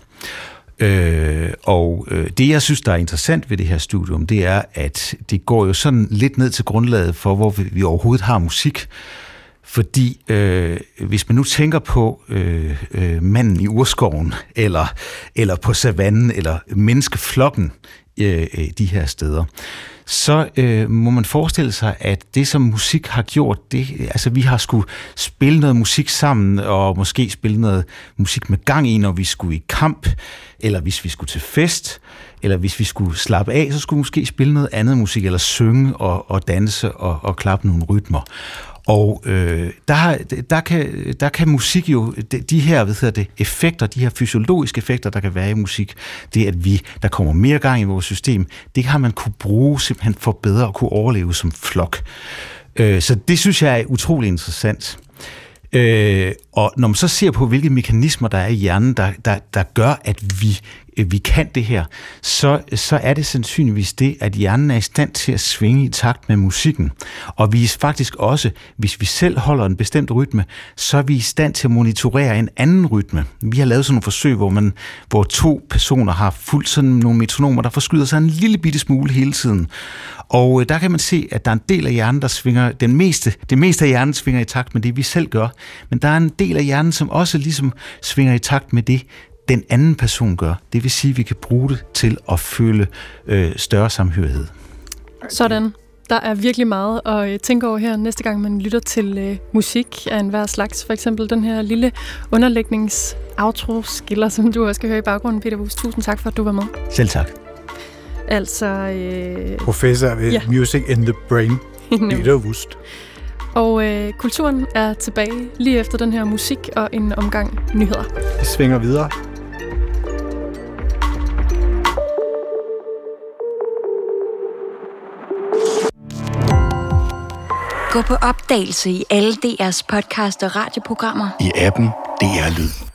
Øh, og øh, det, jeg synes, der er interessant ved det her studium, det er, at det går jo sådan lidt ned til grundlaget for, hvor vi, vi overhovedet har musik. Fordi øh, hvis man nu tænker på øh, øh, manden i urskoven, eller, eller på savannen, eller menneskeflokken øh, de her steder, så øh, må man forestille sig, at det, som musik har gjort, det, altså vi har skulle spille noget musik sammen, og måske spille noget musik med gang i, når vi skulle i kamp, eller hvis vi skulle til fest, eller hvis vi skulle slappe af, så skulle vi måske spille noget andet musik, eller synge og, og danse og, og klappe nogle rytmer. Og øh, der, der, kan, der kan musik jo, de, de her hvad hedder det, effekter, de her fysiologiske effekter, der kan være i musik, det at vi, der kommer mere gang i vores system, det har man kunne bruge simpelthen for bedre at kunne overleve som flok. Øh, så det synes jeg er utrolig interessant. Øh, og når man så ser på, hvilke mekanismer der er i hjernen, der, der, der gør, at vi, vi kan det her, så, så er det sandsynligvis det, at hjernen er i stand til at svinge i takt med musikken. Og vi er faktisk også, hvis vi selv holder en bestemt rytme, så er vi i stand til at monitorere en anden rytme. Vi har lavet sådan nogle forsøg, hvor, man, hvor to personer har fulgt sådan nogle metronomer, der forskyder sig en lille bitte smule hele tiden. Og der kan man se, at der er en del af hjernen, der svinger, den meste, det meste af hjernen svinger i takt med det, vi selv gør. Men der er en del af hjernen, som også ligesom svinger i takt med det, den anden person gør. Det vil sige, at vi kan bruge det til at føle øh, større samhørighed. Sådan. Der er virkelig meget at tænke over her næste gang, man lytter til øh, musik af enhver slags. For eksempel den her lille underlægnings-outro-skiller, som du også skal høre i baggrunden, Peter Vuus. Tusind tak for, at du var med. Selv tak. Altså... Øh, Professor ved ja. Music in the Brain, Peter Vuus. Og øh, kulturen er tilbage lige efter den her musik og en omgang nyheder. Vi svinger videre. Gå på opdagelse i alle D R's podcast og radioprogrammer. I appen D R Lyd.